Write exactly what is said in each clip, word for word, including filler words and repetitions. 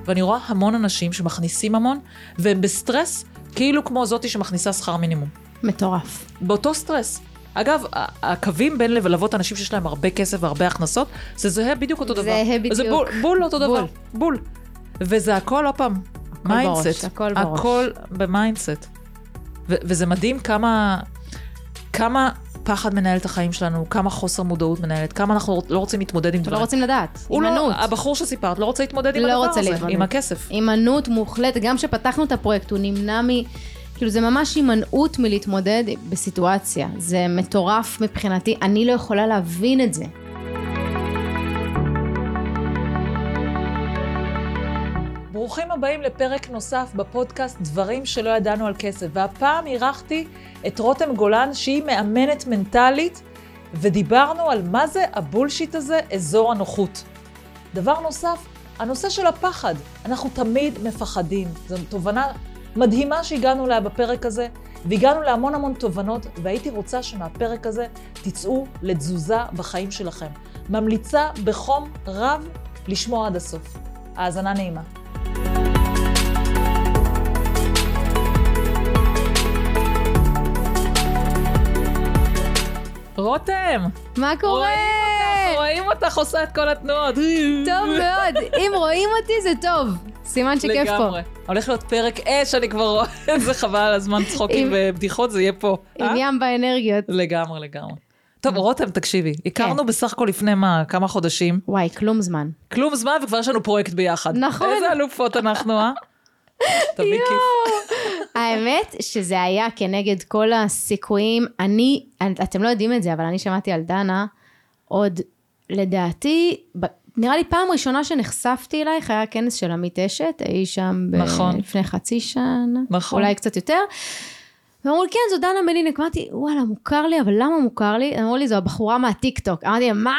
ואני רואה המון אנשים שמכניסים המון, והם בסטרס, כאילו כמו זאתי שמכניסה שכר מינימום. מטורף. באותו סטרס. אגב, הקווים בין לבלבות אנשים שיש להם הרבה כסף והרבה הכנסות, זה זהה בדיוק אותו דבר. זהה בדיוק. זה בול, בול אותו דבר. בול. וזה הכל, לא פעם, מיינדסט. הכל בראש. הכל במיינדסט. וזה מדהים כמה, כמה פחד מנהל את החיים שלנו, כמה חוסר מודעות מנהלת, כמה אנחנו לא רוצים להתמודד עם דברים. לא רוצים לדעת. הימנעות. הבחור שסיפרת לא רוצה להתמודד עם הדבר הזה, עם הכסף. הימנעות מוחלטת, גם שפתחנו את הפרויקט, הוא נמנע מ... כאילו זה ממש הימנעות מלהתמודד בסיטואציה. זה מטורף מבחינתי, אני לא יכולה להבין את זה. ברוכים הבאים לפרק נוסף בפודקאסט דברים שלא ידענו על כסף. והפעם אירחתי את רותם גולן שהיא מאמנת מנטלית, ודיברנו על מה זה הבולשיט הזה, אזור הנוחות. דבר נוסף, הנושא של הפחד. אנחנו תמיד מפחדים. זו תובנה מדהימה שהגענו לה בפרק הזה, והגענו להמון המון תובנות, והייתי רוצה שמהפרק הזה תצאו לתזוזה בחיים שלכם. ממליצה בחום רב לשמוע עד הסוף. האזנה נעימה. רותם! מה קורה? רואים אותך, עושה את כל התנועות. טוב מאוד, אם רואים אותי זה טוב. סימן שכיף פה. לגמרי. הולך להיות פרק אש, אני כבר רואה את זה, חבל על הזמן צחוקים ובדיחות, זה יהיה פה. עם ים באנרגיות. לגמרי, לגמרי. טוב, רותם, תקשיבי, הכרנו בסך הכל לפני מה, כמה חודשים. וואי, כלום זמן. כלום זמן, וכבר יש לנו פרויקט ביחד. נכון. איזה אלופות אנחנו, אה? תביא כיף. האמת שזה היה כנגד כל הסיכויים. אני, אתם לא יודעים את זה, אבל אני שמעתי על דנה, עוד לדעתי, נראה לי פעם ראשונה שנחשפתי אלייך, היה כנס של עמית אשת, אי שם לפני חצי שנה, אולי קצת יותר, ואמרו לי, כן, זו דנה מליניק, אמרתי, וואלה, מוכר לי, אבל למה מוכר לי? אמרו לי, זו הבחורה מהטיקטוק, אמרתי, מה?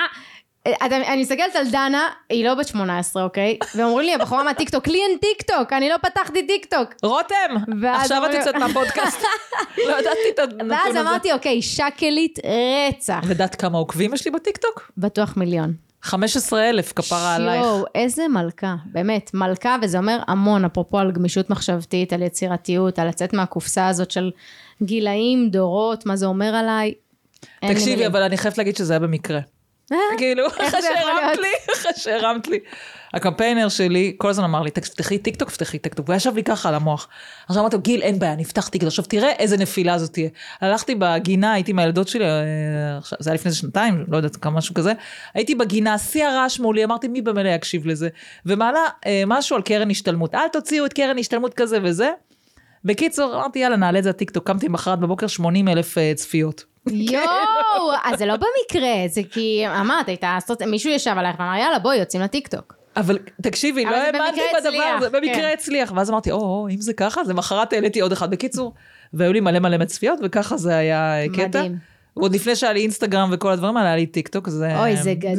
אני מסתכלת על דנה, היא לא בת שמונה עשרה, אוקיי? ואומרים לי, הבחורה מהטיקטוק, לי אין טיקטוק, אני לא פתחתי טיקטוק. רותם, עכשיו את יוצאת מהפודקאסט. לא ידעתי את הנתון הזה. ואז אמרתי, אוקיי, שקלית רצח. ודעת כמה עוקבים יש לי בטיקטוק? בטוח מיליון. חמישה עשר אלף כפרה עלייך. שואו, איזה מלכה, באמת, מלכה, וזה אומר המון, אפרופו על גמישות מחשבתית, על יצירתיות, על לצאת מהקופסה הזאת של גילאים, דורות, מה זה אומר עליי. תקשיבי, אבל אני חייבת להגיד שזה היה במקרה. כאילו, אחרי שהרמת לי, אחרי שהרמת לי. הקמפיינר שלי, כל הזמן אמר לי, תפתחי טיקטוק, תפתחי טיקטוק, והוא ישב לי ככה על המוח. עכשיו אמרתי לו, גיל, אין בעיה, נפתח טיקטוק, עכשיו תראה איזה נפילה זאת תהיה. הלכתי בגינה, הייתי עם הילדות שלי, זה היה לפני שנתיים, לא יודעת, כמה משהו כזה, הייתי בגינה, שיא הרעש מולי, אמרתי, מי במלא יקשיב לזה? ומעלה משהו על קרן השתלמות, אל תוציאו את קרן השתלמות כזה וזה. בקיצור, אמרתי, יאללה, נעלה את זה הטיקטוק, קמתי מחרת בבוקר שמונים אלף צפיות. יואו, אז זה לא במקרה, זה כי אמרת, מישהו ישב עליך ואמר, יאללה, בואי, יוצאים לטיקטוק. אבל תקשיבי, לא האמנתי בדבר הזה, במקרה הצליח, ואז אמרתי, או, אם זה ככה, זה מחרת העליתי עוד אחד בקיצור, והיו לי מלא מלא מצפיות, וככה זה היה קטע. מדהים. עוד לפני שהיה לי אינסטגרם וכל הדברים האלה, היה לי טיקטוק, זה אוי, זה גדול,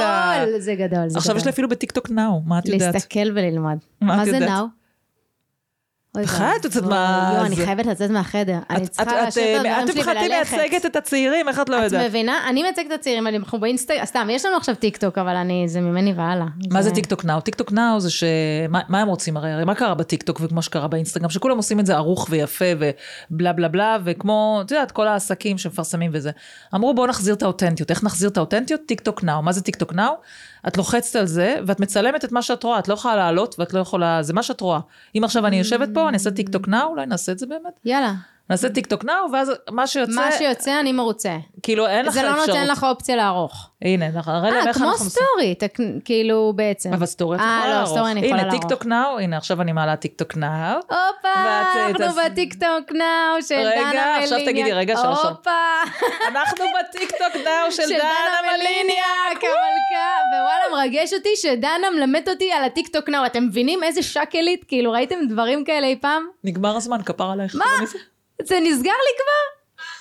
זה גדול. עכשיו יש לי אפילו בטיקטוק נאו, מה את יודעת? להסתכל וללמוד. מה זה נאו? חייבת לצאת מה... יו, אני חייבת לצאת מהחדר. אני צריכה לשבת על הדברים שלי וללכת. אתם מייצגת את הצעירים, איך את לא יודעת? את מבינה? אני מייצגת את הצעירים, אנחנו באינסטגרם, סתם, יש לנו עכשיו טיקטוק, אבל זה ממני והלאה. מה זה טיקטוק נאו? טיקטוק נאו זה ש... מה הם רוצים הרי? הרי מה קרה בטיקטוק וכמו שקרה באינסטגרם? שכולם עושים את זה ערוך ויפה ובלה בלה בלה, וכמו, את יודעת, כל העסקים שמפרסמים וזה. אמרו, בואו נחזיר את האותנטיות. איך נחזיר את האותנטיות? טיקטוק נאו. מה זה טיקטוק נאו? את לוחצת על זה, ואת מצלמת את מה שאת רואה, את לא יכולה לעלות, ואת לא יכולה, זה מה שאת רואה. אם עכשיו אני יושבת פה, אני אעשה טיקטוק נאו, אולי נעשה את זה באמת? יאללה. נעשה טיקטוק נאו, ואז מה שיוצא... מה שיוצא, אני מרוצה. כאילו, אין לך אפשרות. זה לא נותן לך אופציה לערוך. הנה, נראה להם איך אנחנו... אה, כמו סטורי, כאילו בעצם. אבל סטורי את יכולה לערוך. אה, לא, סטורי אני יכולה לערוך. הנה, טיקטוק נאו, הנה, עכשיו אני מעלה טיקטוק נאו. הופה, אנחנו בטיקטוק נאו של דנה מליניאק. רגע, עכשיו תגידי, רגע, שלוש. הופה. אנחנו בטיקטוק נאו של דנה מליניאק. המלכה, ווואלה, מרגש אותי שדנה מלמד אותי על הטיקטוק נאו. אתם מבינים איזה שקלית? כאילו, ראיתם דברים כאלה אי פעם? נגמר הזמן, כפר עלייך. מה? זה נסגר לי כבר?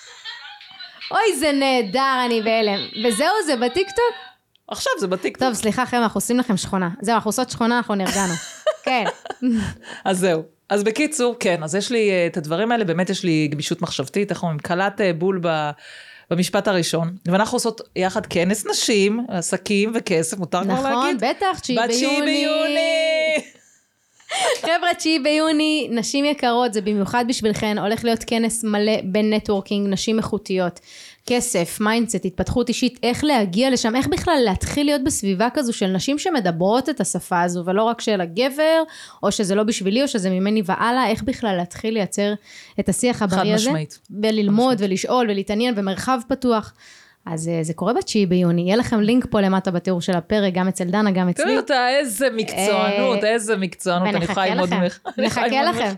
אוי, זה נהדר, אני בהלם. וזהו, זה בטיקטוק? עכשיו זה בטיקטוק. טוב, סליחה, חיים, אנחנו עושים לכם שכונה. זהו, אנחנו עושות שכונה, אנחנו נרגענו. כן. אז זהו. אז בקיצור, כן, אז יש לי את הדברים האלה, באמת יש לי גמישות מחשבתית, אנחנו עם קלת בול במשפט הראשון, ואנחנו עושות יחד כנס נשים, עסקים וכסף, מותר כבר להגיד? נכון, בטח, תשיעי ביוני. חבר'ה, תשיעי ביוני, נשים יקרות, זה במיוחד בשבילכן, הולך להיות כנס מלא בין נטוורקינג, נשים איכותיות, כסף, מיינדסט, התפתחות אישית, איך להגיע לשם, איך בכלל להתחיל להיות בסביבה כזו של נשים שמדברות את השפה הזו, ולא רק של הגבר, או שזה לא בשבילי, או שזה ממני ועלה, איך בכלל להתחיל לייצר את השיח הבריא הזה, וללמוד ולשאול ולהתעניין במרחב פתוח. אז זה קורה בתשיעי ביוני, יהיה לכם לינק פה למטה בתיאור של הפרק, גם אצל דנה, גם אצלי. תראי אותה, איזה מקצוענות, איזה מקצוענות, אני חי ללמוד ממך. נחכה לכם.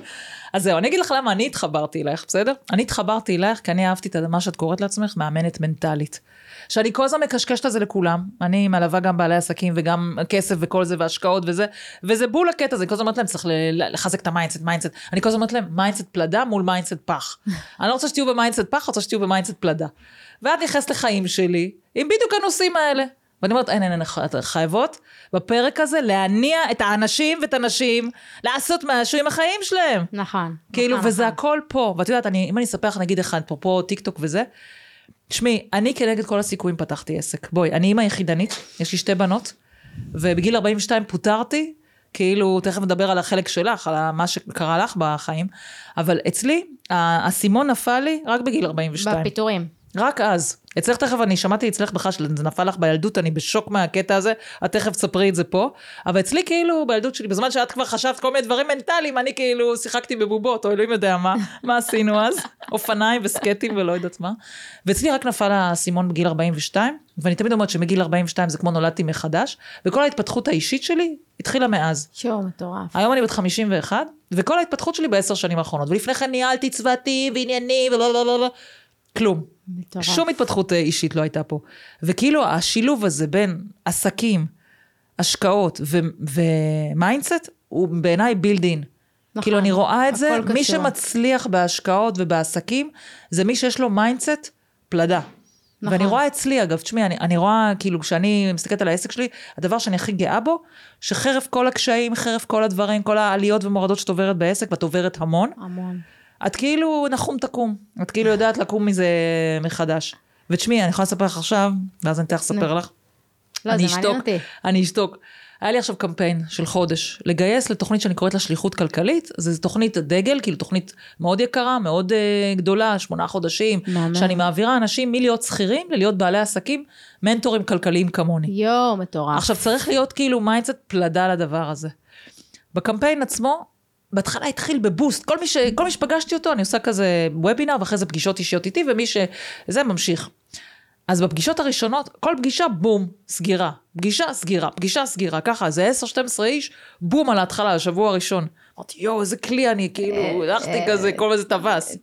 אז זהו, אני אגיד לך למה אני התחברתי אלייך, בסדר? אני התחברתי אלייך, כי אני אהבתי את מה שאת קוראת לעצמך, מאמנת מנטלית. שאני כל הזמן מקשקשת את זה לכולם, אני מלווה גם בעלי עסקים, וגם כסף וכל זה, והשקעות וזה, וזה בול הקטע, זה כל הזמן אומרת להם, צריך לחזק את המיינדסט, מיינדסט, אני כל הזמן אומרת להם, מיינדסט פלדה מול מיינדסט פח. אני לא רוצה שתהיו במיינדסט פח, רוצה שתהיו במיינדסט פלדה. ואת נכנסת לחיים שלי, עם בדיוק הנושאים האלה. ואני אומרת, אין, אין, אין, חייבות בפרק הזה להניע את האנשים ואת הנשים, לעשות משהו עם החיים שלהם. נכון. כאילו, נכון, וזה נכון. הכל פה. ואת יודעת, אני, אם אני אספר לך, נגיד אחד, פה, פה, טיק טוק וזה, תשמעי, אני כנגד כל הסיכויים פתחתי עסק. בואי, אני אמא יחידנית, יש לי שתי בנות, ובגיל ארבעים ושתיים פוטרתי, כאילו, תכף נדבר על החלק שלך, על מה שקרה לך בחיים, אבל אצלי, הסימון נפל לי רק בגיל ארבעים ושתיים. בפיתורים. רק אז. אצלך תכף, אני שמעתי אצלך בכלל, שזה נפל לך בילדות, אני בשוק מהקטע הזה, את תכף תספרי את זה פה, אבל אצלי כאילו, בילדות שלי, בזמן שאת כבר חשבת כל מיני דברים מנטליים, אני כאילו שיחקתי בבובות, או אלוהים יודע מה, מה עשינו אז, אופניים וסקטים ולא יודעת מה, ואצלי רק נפל הסימון בגיל ארבעים ושתיים, ואני תמיד אומרת שמגיל ארבעים ושתיים זה כמו נולדתי מחדש, וכל ההתפתחות האישית שלי התחילה מאז. שואו, מטורף. היום אני בת חמישים ואחת, וכל ההתפתחות שלי בעשר שנים האחרונות, ולפני כן ניהלתי צוותים ועניינים ולא כלום. מטורף. שום התפתחות אישית לא הייתה פה. וכאילו השילוב הזה בין עסקים, השקעות ומיינדסט, הוא בעיניי בילדין. נכון. כאילו אני רואה את זה, מי קשור. שמצליח בהשקעות ובעסקים, זה מי שיש לו מיינדסט פלדה. נכון. ואני רואה אצלי, אגב, תשמעי, אני, אני רואה, כאילו, כשאני מסתכלת על העסק שלי, הדבר שאני הכי גאה בו, שחרף כל הקשיים, חרף כל הדברים, כל העליות ומורדות שאת עוברת בעסק, ואת עוברת המון. המון. את כאילו נחום תקום, את כאילו יודעת לקום מזה מחדש. ותשמעי, אני יכולה לספר לך עכשיו, ואז אני תכף לספר לך. לא, זה מעניין אותי. אני אשתוק. היה לי עכשיו קמפיין של חודש, לגייס לתוכנית שאני קוראת לה שליחות כלכלית, זו תוכנית דגל, כאילו תוכנית מאוד יקרה, מאוד uh, גדולה, שמונה חודשים, מאמן. שאני מעבירה אנשים מלהיות שכירים, ללהיות בעלי עסקים, מנטורים כלכליים כמוני. יו, מטורף. עכשיו צריך להיות כאילו מיינדסט פלדה לדבר הזה. בקמפיין עצמו, בהתחלה התחיל בבוסט, כל מי, ש, כל מי שפגשתי אותו, אני עושה כזה וובינר, ואחרי זה פגישות אישיות איתי, ומי שזה ממשיך. אז בפגישות הראשונות, כל פגישה, בום, סגירה. פגישה, סגירה, פגישה, סגירה. ככה, זה עשר שתים עשרה איש, בום על ההתחלה, השבוע הראשון. אמרתי, יו, איזה כלי אני, כאילו, הלכתי כזה, כל איזה טווס.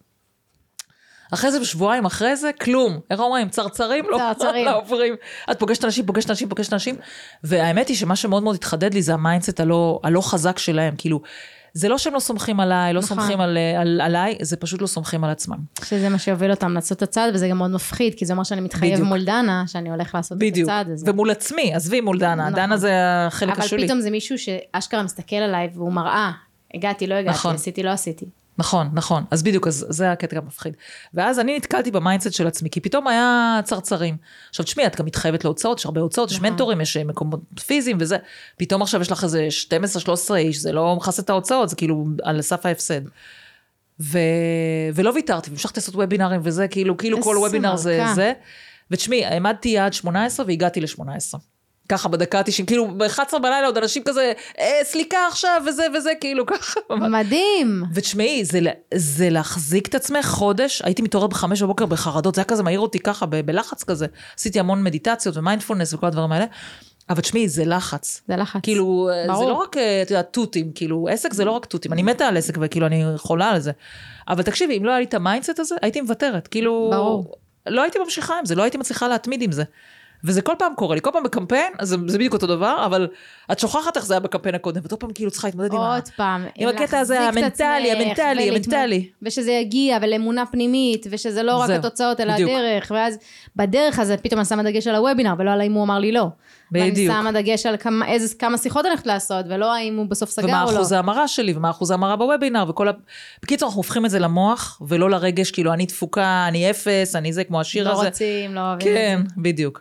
אחרי זה, בשבועיים אחרי זה, כלום. איך אומרים, צרצרים? צרצרים. לא עוברים. את פוגשת אנשים, פוגשת אנשים, פוגשת אנשים. והאמת היא שמה שמאוד מאוד התחדד לי, זה המיינדסט הלא, הלא חזק שלהם. כאילו, זה לא שהם לא סומכים עליי, לא נכון. סומכים על, על, עליי, זה פשוט לא סומכים על עצמם. שזה מה שיוביל אותם לעשות את הצעד, וזה גם מאוד מפחיד, כי זה אומר שאני מתחייב בדיוק. מול דנה, שאני הולך לעשות בדיוק. את הצעד הזה. ומול עצמי, עזבי מול דנה, נכון. דנה זה החלק השולי. אבל פתאום זה מישהו שאשכרה מסתכל עליי, והוא מראה, הגעתי, לא הגעתי, נכון. עשיתי, לא עשיתי. נכון, נכון, אז בדיוק, אז זה הקטע גם מפחיד. ואז אני נתקלתי במיינדסט של עצמי, כי פתאום היה צרצרים. עכשיו תשמעי, את גם מתחייבת להוצאות, יש הרבה הוצאות, יש מנטורים, יש מקומות פיזיים וזה, פתאום עכשיו יש לך איזה שתים עשרה שלוש עשרה איש, זה לא מכסה את ההוצאות, זה כאילו על סף ההפסד. ו... ולא ויתרתי, והמשכתי לעשות וובינרים וזה, כאילו, כאילו כל וובינר זה זה. ותשמעי, העמדתי עד שמונה עשרה והגעתי ל-שמונה עשרה. ככה בדקה התשעים, כאילו ב-אחת עשרה בלילה עוד אנשים כזה, אה, סליקה עכשיו וזה וזה, כאילו ככה. מדהים. ותשמעי, זה, זה להחזיק את עצמך חודש, הייתי מתעוררת בחמש בבוקר בחרדות, זה היה כזה מהיר אותי ככה, ב- בלחץ כזה, עשיתי המון מדיטציות ומיינדפולנס וכל הדברים האלה, אבל תשמעי, זה לחץ. זה לחץ. כאילו, ברור. זה לא רק, אתה יודע, טוטים, כאילו, עסק זה לא רק טוטים, אני מתה על עסק וכאילו אני חולה על זה, אבל תקשיבי, אם לא היה לי את המיינדסט הזה, הייתי מוותרת, כאילו, ברור. לא הייתי ממשיכה עם זה, לא הייתי מצליחה להתמיד עם זה. וזה כל פעם קורה לי, כל פעם בקמפיין, זה, זה בדיוק אותו דבר, אבל את שוכחת איך זה היה בקמפיין הקודם, ואותו פעם כאילו צריכה להתמודד עם, עוד פעם, עם הקטע הזה, המנטלי, המנטלי, המנטלי. ושזה יגיע, ולאמונה פנימית, ושזה לא רק התוצאות, אלא הדרך, ואז בדרך הזה פתאום אני שמה דגש על הוובינר, ולא על האם הוא אמר לי לא. בדיוק. ואני שמה דגש על כמה, איזה, כמה שיחות אני הולכת לעשות, ולא האם הוא בסוף סגר או לא. ומה אחוז ההמרה שלי, ומה אחוז ההמרה בוובינר, וכל ה... בקיצור, אנחנו הופכים את זה למוח, ולא לרגש, כאילו, אני תפוקה, אני אפס, אני זה, כמו השיר לא הזה. רוצים, לא אוהבים. כן, בדיוק.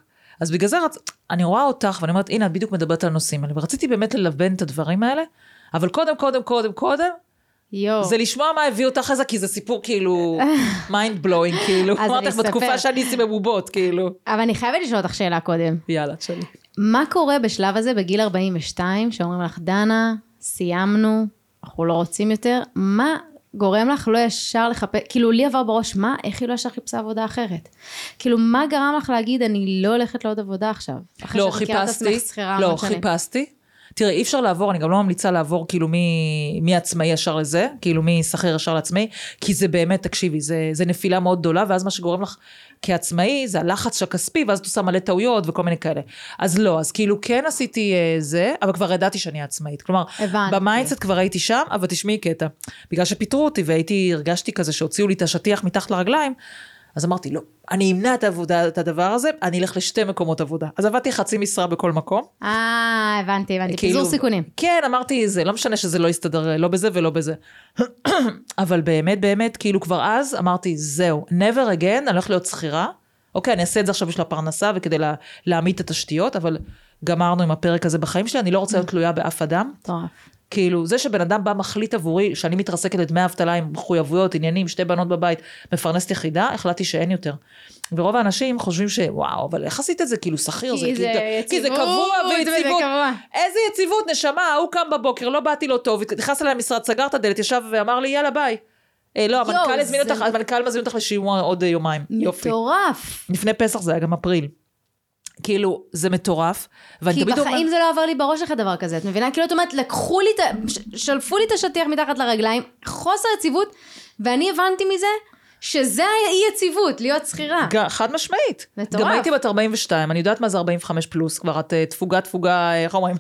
אז בגלל זה רצ... אני רואה אותך, ואני אומרת, הנה, את בדיוק מדברת על הנושאים האלה, ורציתי באמת ללבן את הדברים האלה, אבל קודם, קודם, קודם, קודם, יו. זה לשמוע מה הביא אותך לזה, כי זה סיפור כאילו, mind blowing, כאילו, אמרת לך בתקופה שאני עושה מבובות, כאילו. אבל אני חייבת לשאול אותך שאלה קודם. יאללה, תשאלי. מה קורה בשלב הזה, בגיל ארבעים ושתיים, שאומרים לך, דנה, סיימנו, אנחנו לא רוצים יותר, מה גורם לך לא ישר לחפש, כאילו לי עבר בראש, מה, איך היא לא ישר חיפשה עבודה אחרת? כאילו מה גרם לך להגיד, אני לא הולכת לעוד עבודה עכשיו? לא, חיפשתי, לא, חיפשתי. תראי, אי אפשר לעבור, אני גם לא ממליצה לעבור כאילו מעצמאי ישר לזה, כאילו משכיר ישר לעצמאי, כי זה באמת, תקשיבי, זה, זה נפילה מאוד גדולה, ואז מה שגורם לך כעצמאי, זה הלחץ הכספי, ואז את עושה מלא טעויות וכל מיני כאלה. אז לא, אז כאילו כן עשיתי זה, אבל כבר ידעתי שאני עצמאית. כלומר, במיינדסט כבר הייתי שם, אבל תשמעי קטע. בגלל שפיטרו אותי והייתי, הרגשתי כזה שהוציאו לי את השטיח מתחת לרגליים, אז אמרתי, לא, אני אמנע את העבודה, את הדבר הזה, אני אלך לשתי מקומות עבודה. אז עבדתי חצי משרה בכל מקום. אה, הבנתי, הבנתי, פיזור סיכונים. כן, אמרתי, זה לא משנה שזה לא יסתדר, לא בזה ולא בזה. אבל באמת, באמת, כאילו כבר אז אמרתי, זהו, never again, אני הולך להיות שכירה. אוקיי, אני אעשה את זה עכשיו בשביל הפרנסה, וכדי לה, להעמיד את התשתיות, אבל גמרנו עם הפרק הזה בחיים שלי, אני לא רוצה להיות תלויה באף אדם. טוב. כאילו, זה שבן אדם בא מחליט עבורי, שאני מתרסקת לדמי אבטלה עם מחויבויות, עניינים, שתי בנות בבית, מפרנסת יחידה, החלטתי שאין יותר. ורוב האנשים חושבים שוואו, אבל איך עשית את זה? כאילו, שכיר, זה, זה כאילו, כי זה קבוע ויציבות. איזה יציבות, נשמה, הוא קם בבוקר, לא באתי לו טוב, נכנס אליי למשרד, סגר את הדלת, ישב ואמר לי, יאללה, ביי. אה, לא, המנכ"ל הזמין אותך, המנכ"ל מזמין אותך לשימוע עוד יומיים. מטורף. לפני פסח זה היה גם אפריל. כאילו, זה מטורף. כי בחיים זה לא עבר לי בראש לך דבר כזה, את מבינה? כאילו, את אומרת, לקחו לי, שלפו לי את השטיח מתחת לרגליים, חוסר יציבות, ואני הבנתי מזה, שזה אי יציבות, להיות שכירה. חד משמעית. מטורף. גם הייתי בת ארבעים ושתיים, אני יודעת מה זה ארבעים וחמש פלוס, כבר את תפוגה, תפוגה, איך אומרים,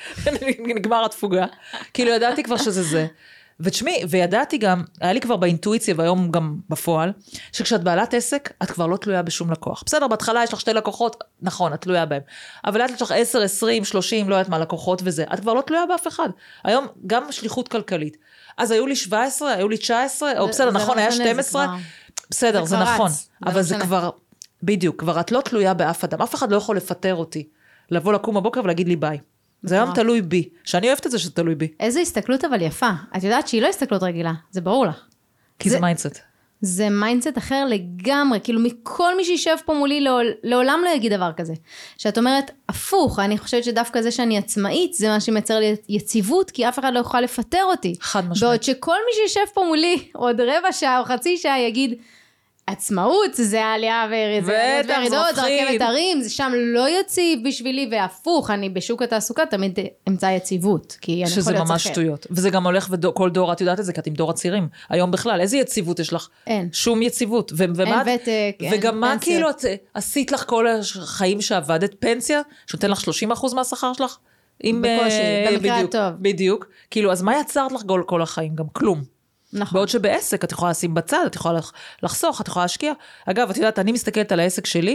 נגמר התפוגה. כאילו, ידעתי כבר שזה זה. ותשמעי, וידעתי גם, היה לי כבר באינטואיציה, והיום גם בפועל, שכשאת בעלת עסק, את כבר לא תלויה בשום לקוח. בסדר, בהתחלה יש לך שתי לקוחות, נכון, את תלויה בהם. אבל לאט יש לך עשר, עשרים, שלושים, לא יודעת מה, לקוחות וזה. את כבר לא תלויה באף אחד. היום גם שליחות כלכלית. אז היו לי שבע עשרה, היו לי תשע עשרה, או בסדר, נכון, היה שתים עשרה. בסדר, זה נכון. אבל זה כבר, בדיוק, כבר את לא תלויה באף אדם. אף אחד לא יכול לפטר אותי. לבוא לקום בבוקר ולהגיד לי ביי. זה היום תלוי בי, שאני אוהבת את זה שזה תלוי בי. איזו הסתכלות אבל יפה. את יודעת שהיא לא הסתכלות רגילה, זה ברור לך. כי זה מיינדסט. זה מיינדסט אחר לגמרי, כאילו מכל מי שישב פה מולי לעולם לא יגיד דבר כזה. שאת אומרת, הפוך, אני חושבת שדווקא זה שאני עצמאית, זה מה שמייצר לי יציבות, כי אף אחד לא יוכל לפטר אותי. חד משמעית. בעוד שכל מי שישב פה מולי, עוד רבע שעה או חצי שעה יגיד, עצמאות, זה העלייה וירידות, רכבת הרים, זה שם לא יציב בשבילי, והפוך, אני בשוק התעסוקה תמיד אמצא יציבות, כי אני יכול שזה ממש שטויות, וזה גם הולך וכל דור, את יודעת את זה, כי את עם דור הצעירים, היום בכלל, איזה יציבות יש לך? אין. שום יציבות, אין ותק, אין וגם מה כאילו את עשית לך כל החיים שעבדת, פנסיה, שנותן לך שלושים אחוז מהשכר שלך? בקושי, במקרה הטוב. בדיוק, כאילו, אז מה יצרת לך כל החיים? גם כלום. נכון. בעוד שבעסק את יכולה לשים בצד, את יכולה לחסוך, את יכולה להשקיע. אגב, את יודעת, אני מסתכלת על העסק שלי,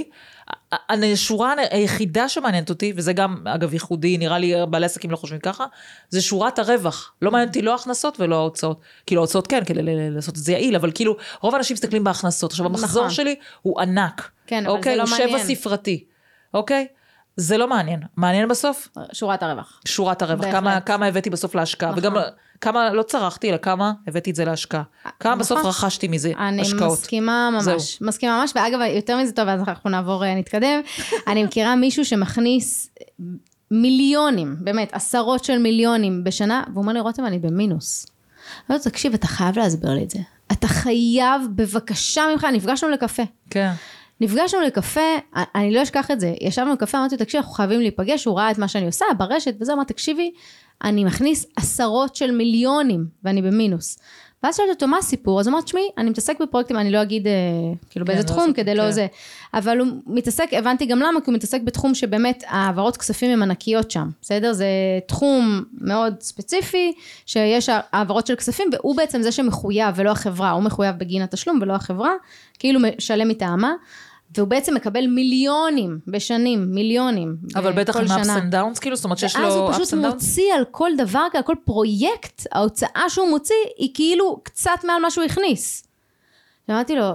השורה היחידה שמעניינת אותי, וזה גם, אגב, ייחודי, נראה לי בעלי עסקים לא חושבים ככה, זה שורת הרווח. לא מעניין אותי לא ההכנסות ולא ההוצאות. כאילו, ההוצאות כן, כדי לעשות את זה יעיל, אבל כאילו, רוב האנשים מסתכלים בהכנסות. עכשיו, המחזור נכון. שלי הוא ענק. כן, אבל אוקיי? זה לא הוא מעניין. שבע ספרתי. אוקיי? זה לא מעניין. מעניין בסוף? שורת הרווח. שורת הרווח. כמה, כמה הבאתי בסוף להשקעה. נכון. וגם כמה לא צרכתי, אלא כמה הבאתי את זה להשקעה. כמה נכון. בסוף רכשתי מזה אני השקעות. אני מסכימה ממש. זהו. מסכימה ממש, ואגב, יותר מזה טוב, אז אנחנו נעבור, נתקדם. אני מכירה מישהו שמכניס מיליונים, באמת, עשרות של מיליונים בשנה, והוא אומר לי, רותם, אני במינוס. לא, תקשיב, אתה חייב להסביר לי את זה. אתה חייב, בבקשה ממך, נפגשנו לקפה. כן. נפגשנו לקפה, אני לא אשכח את זה, ישבנו לקפה, אמרתי, תקשיב, אנחנו חייבים להיפגש, הוא ראה את מה שאני עושה ברשת, וזה אמר, תקשיבי, אני מכניס עשרות של מיליונים, ואני במינוס. ואז שאלתי אותו, מה הסיפור? אז אמרת, שמי, אני מתעסק בפרויקטים, אני לא אגיד, כאילו, באיזה תחום, כדי לא זה. אבל הוא מתעסק, הבנתי גם למה, כי הוא מתעסק בתחום שבאמת, העברות כספים הם ענקיות שם, בסדר? זה תחום מאוד ספציפי, שיש העברות של כספים, והוא בעצם זה שמחויב, ולא החברה, הוא מחויב בגין התשלום, ולא החברה, כאילו משלם מטעמה, והוא בעצם מקבל מיליונים בשנים, מיליונים. אבל בטח עם ups and downs, כאילו, זאת אומרת שיש לו ups and downs. ואז הוא פשוט מוציא על כל דבר, על כל פרויקט, ההוצאה שהוא מוציא, היא כאילו קצת מעל מה שהוא הכניס. אמרתי לו,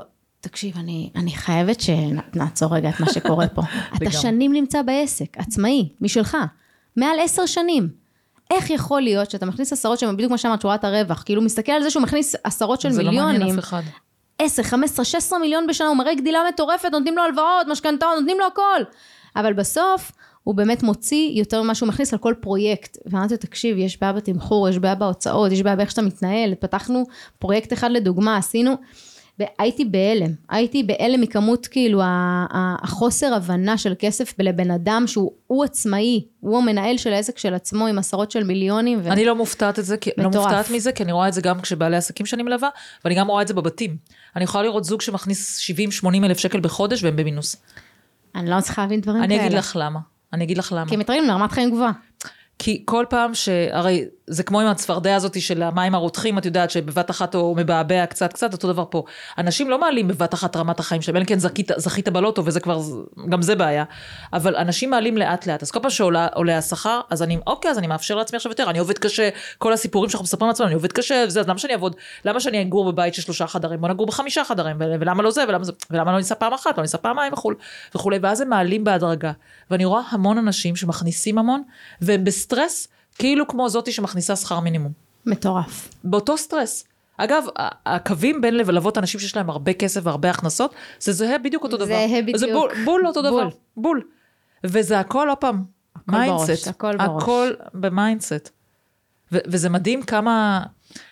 תקשיב, אני, אני חייבת שנעצור רגע את מה שקורה פה. אתה שנים נמצא בעסק, עצמאי, משלך, מעל עשר שנים. איך יכול להיות שאתה מכניס עשרות שהם בדיוק מה שאמרת, שורת הרווח, כאילו מסתכל על זה שהוא מכניס עשרות של מיליונים. זה לא מעניין אף אחד. עשר, חמש עשרה, שש עשרה מיליון בשנה, הוא מראה גדילה מטורפת, נותנים לו הלוואות, משכנתאות, נותנים לו הכל. אבל בסוף, הוא באמת מוציא יותר ממה שהוא מכניס על כל פרויקט. ואמרתי, תקשיב, יש בעיה בתמחור, יש בעיה בהוצאות, יש בעיה באיך שאתה מתנהל. פתחנו פרויקט אחד לדוגמה, עשינו, והייתי בהלם. הייתי בהלם מכמות, כאילו, החוסר הבנה של כסף לבן אדם שהוא עצמאי, הוא המנהל של העסק של עצמו, עם עשרות של מיליונים. ו... אני לא מופתעת את זה, לא מופתעת מזה, כי אני רואה את זה גם כשבעלי עסקים שאני מלווה, ואני גם רואה את זה בבתים. אני יכולה לראות זוג שמכניס שבעים שמונים אלף שקל בחודש, והם במינוס. אני לא צריכה להבין דברים כאלה. אני אגיד לך למה. אני אגיד לך למה. כי מתרגלים לרמת חיים גבוהה. כי כל פעם שהרי זה כמו עם הצפרדע הזאת של המים הרותחים, את יודעת שבבת אחת הוא מבעבע קצת קצת, אותו דבר פה. אנשים לא מעלים בבת אחת רמת החיים שלהם, אלא כן זכית, זכית בלוטו, וזה כבר, גם זה בעיה. אבל אנשים מעלים לאט לאט. אז כל פעם שעולה עולה השכר, אז אני, אוקיי, אז אני מאפשר לעצמי עכשיו יותר. אני עובד קשה, כל הסיפורים שאנחנו מספרים לעצמם, אני עובד קשה, וזה, אז למה שאני אעבוד? למה שאני אגור בבית של שלושה חדרים? בוא נגור בחמישה חדרים, ולמה לא זה, ולמה זה, ולמה לא ניסה פעם אחת, לא ניסה פעמיים וכו' וכו'. ואז הם מעלים בהדרגה. ואני רואה המון אנשים שמכניסים המון, והם בסטרס, כאילו כמו זאתי שמכניסה שכר מינימום. מטורף. באותו סטרס. אגב, הקווים בין לבלבות אנשים שיש להם הרבה כסף והרבה הכנסות, זה זהה בדיוק אותו דבר. זהה בדיוק. זה בול, בול אותו דבר. בול. וזה הכל, לא פעם, מיינדסט. הכל בראש. הכל במיינדסט. וזה מדהים כמה,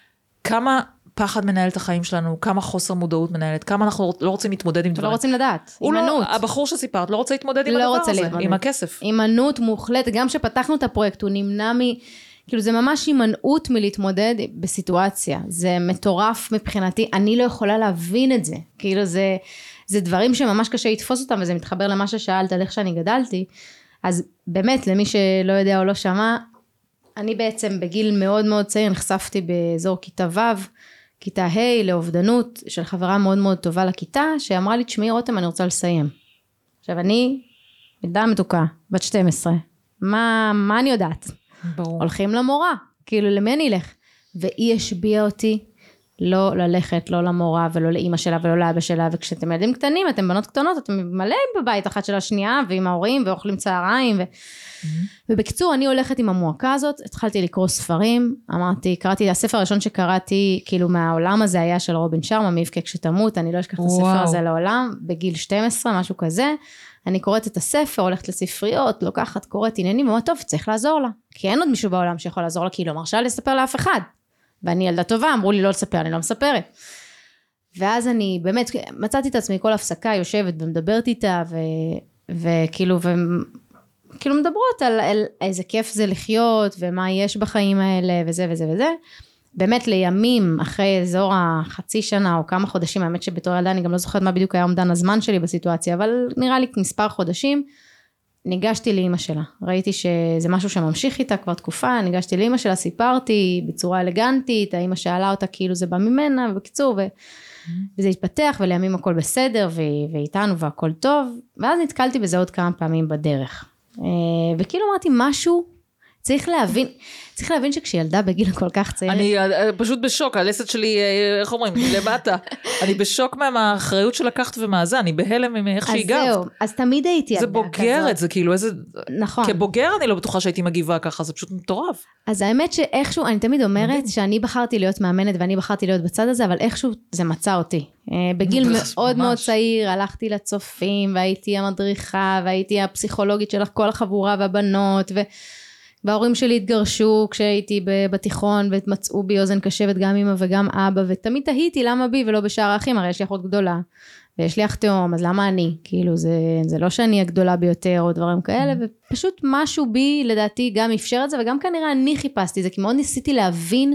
כמה פחד מנהל את החיים שלנו, כמה חוסר מודעות מנהלת, כמה אנחנו לא רוצים להתמודד עם דברים. לא רוצים לדעת, אימנות. הבחור שסיפרת לא רוצה להתמודד עם הדבר הזה, עם הכסף. אימנות מוחלטת, גם שפתחנו את הפרויקט, הוא נמנע מ... כאילו זה ממש אימנעות מלהתמודד בסיטואציה, זה מטורף מבחינתי, אני לא יכולה להבין את זה, כאילו זה, זה דברים שממש קשה לתפוס אותם, וזה מתחבר למה ששאלת על איך שאני גדלתי, אז באמת למי שלא יודע או לא שמע, אני בעצם בגיל מאוד מאוד צעיר, נחשפתי באזור כיתה ו', כיתה ה' לאובדנות של חברה מאוד מאוד טובה לכיתה, שאמרה לי, תשמעי רותם, אני רוצה לסיים. עכשיו אני, ילדה מתוקה, בת שתים עשרה, מה, מה אני יודעת? ברור. הולכים למורה, כאילו למי אני אלך? והיא השביעה אותי לא ללכת, לא למורה ולא לאמא שלה ולא לאבא שלה, וכשאתם ילדים קטנים, אתם בנות קטנות, אתם מלא בבית אחת של השנייה, ועם ההורים, ואוכלים צהריים, ו... mm-hmm. ובקיצור, אני הולכת עם המועקה הזאת, התחלתי לקרוא ספרים, אמרתי, קראתי, הספר הראשון שקראתי, כאילו מהעולם הזה היה של רובין שרמה, מי יבכה כשתמות, אני לא אשכח את הספר הזה לעולם, בגיל שתים עשרה, משהו כזה, אני קוראת את הספר, הולכת לספריות, לוקחת, קוראת עניינים, מאוד טוב, צריך לעזור לה, כי אין עוד מישהו בעולם שיכול לעזור לה, כי היא לא מרשה לספר לאף אחד. ואני ילדה טובה, אמרו לי לא לספר, אני לא מספרת. ואז אני באמת, מצאתי את עצמי כל הפסקה, יושבת ומדברת איתה, ו, וכאילו, וכאילו מדברות על, על איזה כיף זה לחיות, ומה יש בחיים האלה, וזה וזה וזה. באמת לימים, אחרי אזור החצי שנה, או כמה חודשים, האמת שבתור ילדה, אני גם לא זוכרת מה בדיוק היה עומדן הזמן שלי בסיטואציה, אבל נראה לי מספר חודשים, ניגשתי לאמא שלה, ראיתי שזה משהו שממשיך איתה כבר תקופה, ניגשתי לאמא שלה, סיפרתי בצורה אלגנטית, האמא שאלה אותה כאילו זה בא ממנה, ובקיצור, ו... mm-hmm. וזה התפתח, ולימים הכל בסדר, ו... ואיתנו והכל טוב, ואז נתקלתי בזה עוד כמה פעמים בדרך, וכאילו אמרתי משהו, צריך להבין, צריך להבין שכשילדה בגיל כל כך צעיר... אני פשוט בשוק, הלסת שלי, איך אומרים, למטה. אני בשוק מהאחריות שלקחת ומה זה, אני בהלם עם איך שהגבת. אז זהו, אז תמיד הייתי ילדה כזאת. זה בוגרת, זה כאילו איזה... נכון. כבוגר אני לא בטוחה שהייתי מגיבה ככה, זה פשוט מטורף. אז האמת שאיכשהו, אני תמיד אומרת שאני בחרתי להיות מאמנת, ואני בחרתי להיות בצד הזה, אבל איכשהו זה מצא אותי. בגיל מאוד מאוד צעיר, הלכתי לצופים, והייתי המדריכה, והייתי הפסיכולוגית של כל החבורה והבנות, ו... וההורים שלי התגרשו כשהייתי בתיכון, ומצאו בי אוזן קשבת גם אמא וגם אבא, ותמיד תהיתי למה בי ולא בשאר האחים, הרי יש לי אחות גדולה, ויש לי אח תאום, אז למה אני? כאילו זה, זה לא שאני הגדולה ביותר או דברים כאלה, ופשוט משהו בי לדעתי גם אפשר את זה, וגם כנראה אני חיפשתי את זה, כי מאוד ניסיתי להבין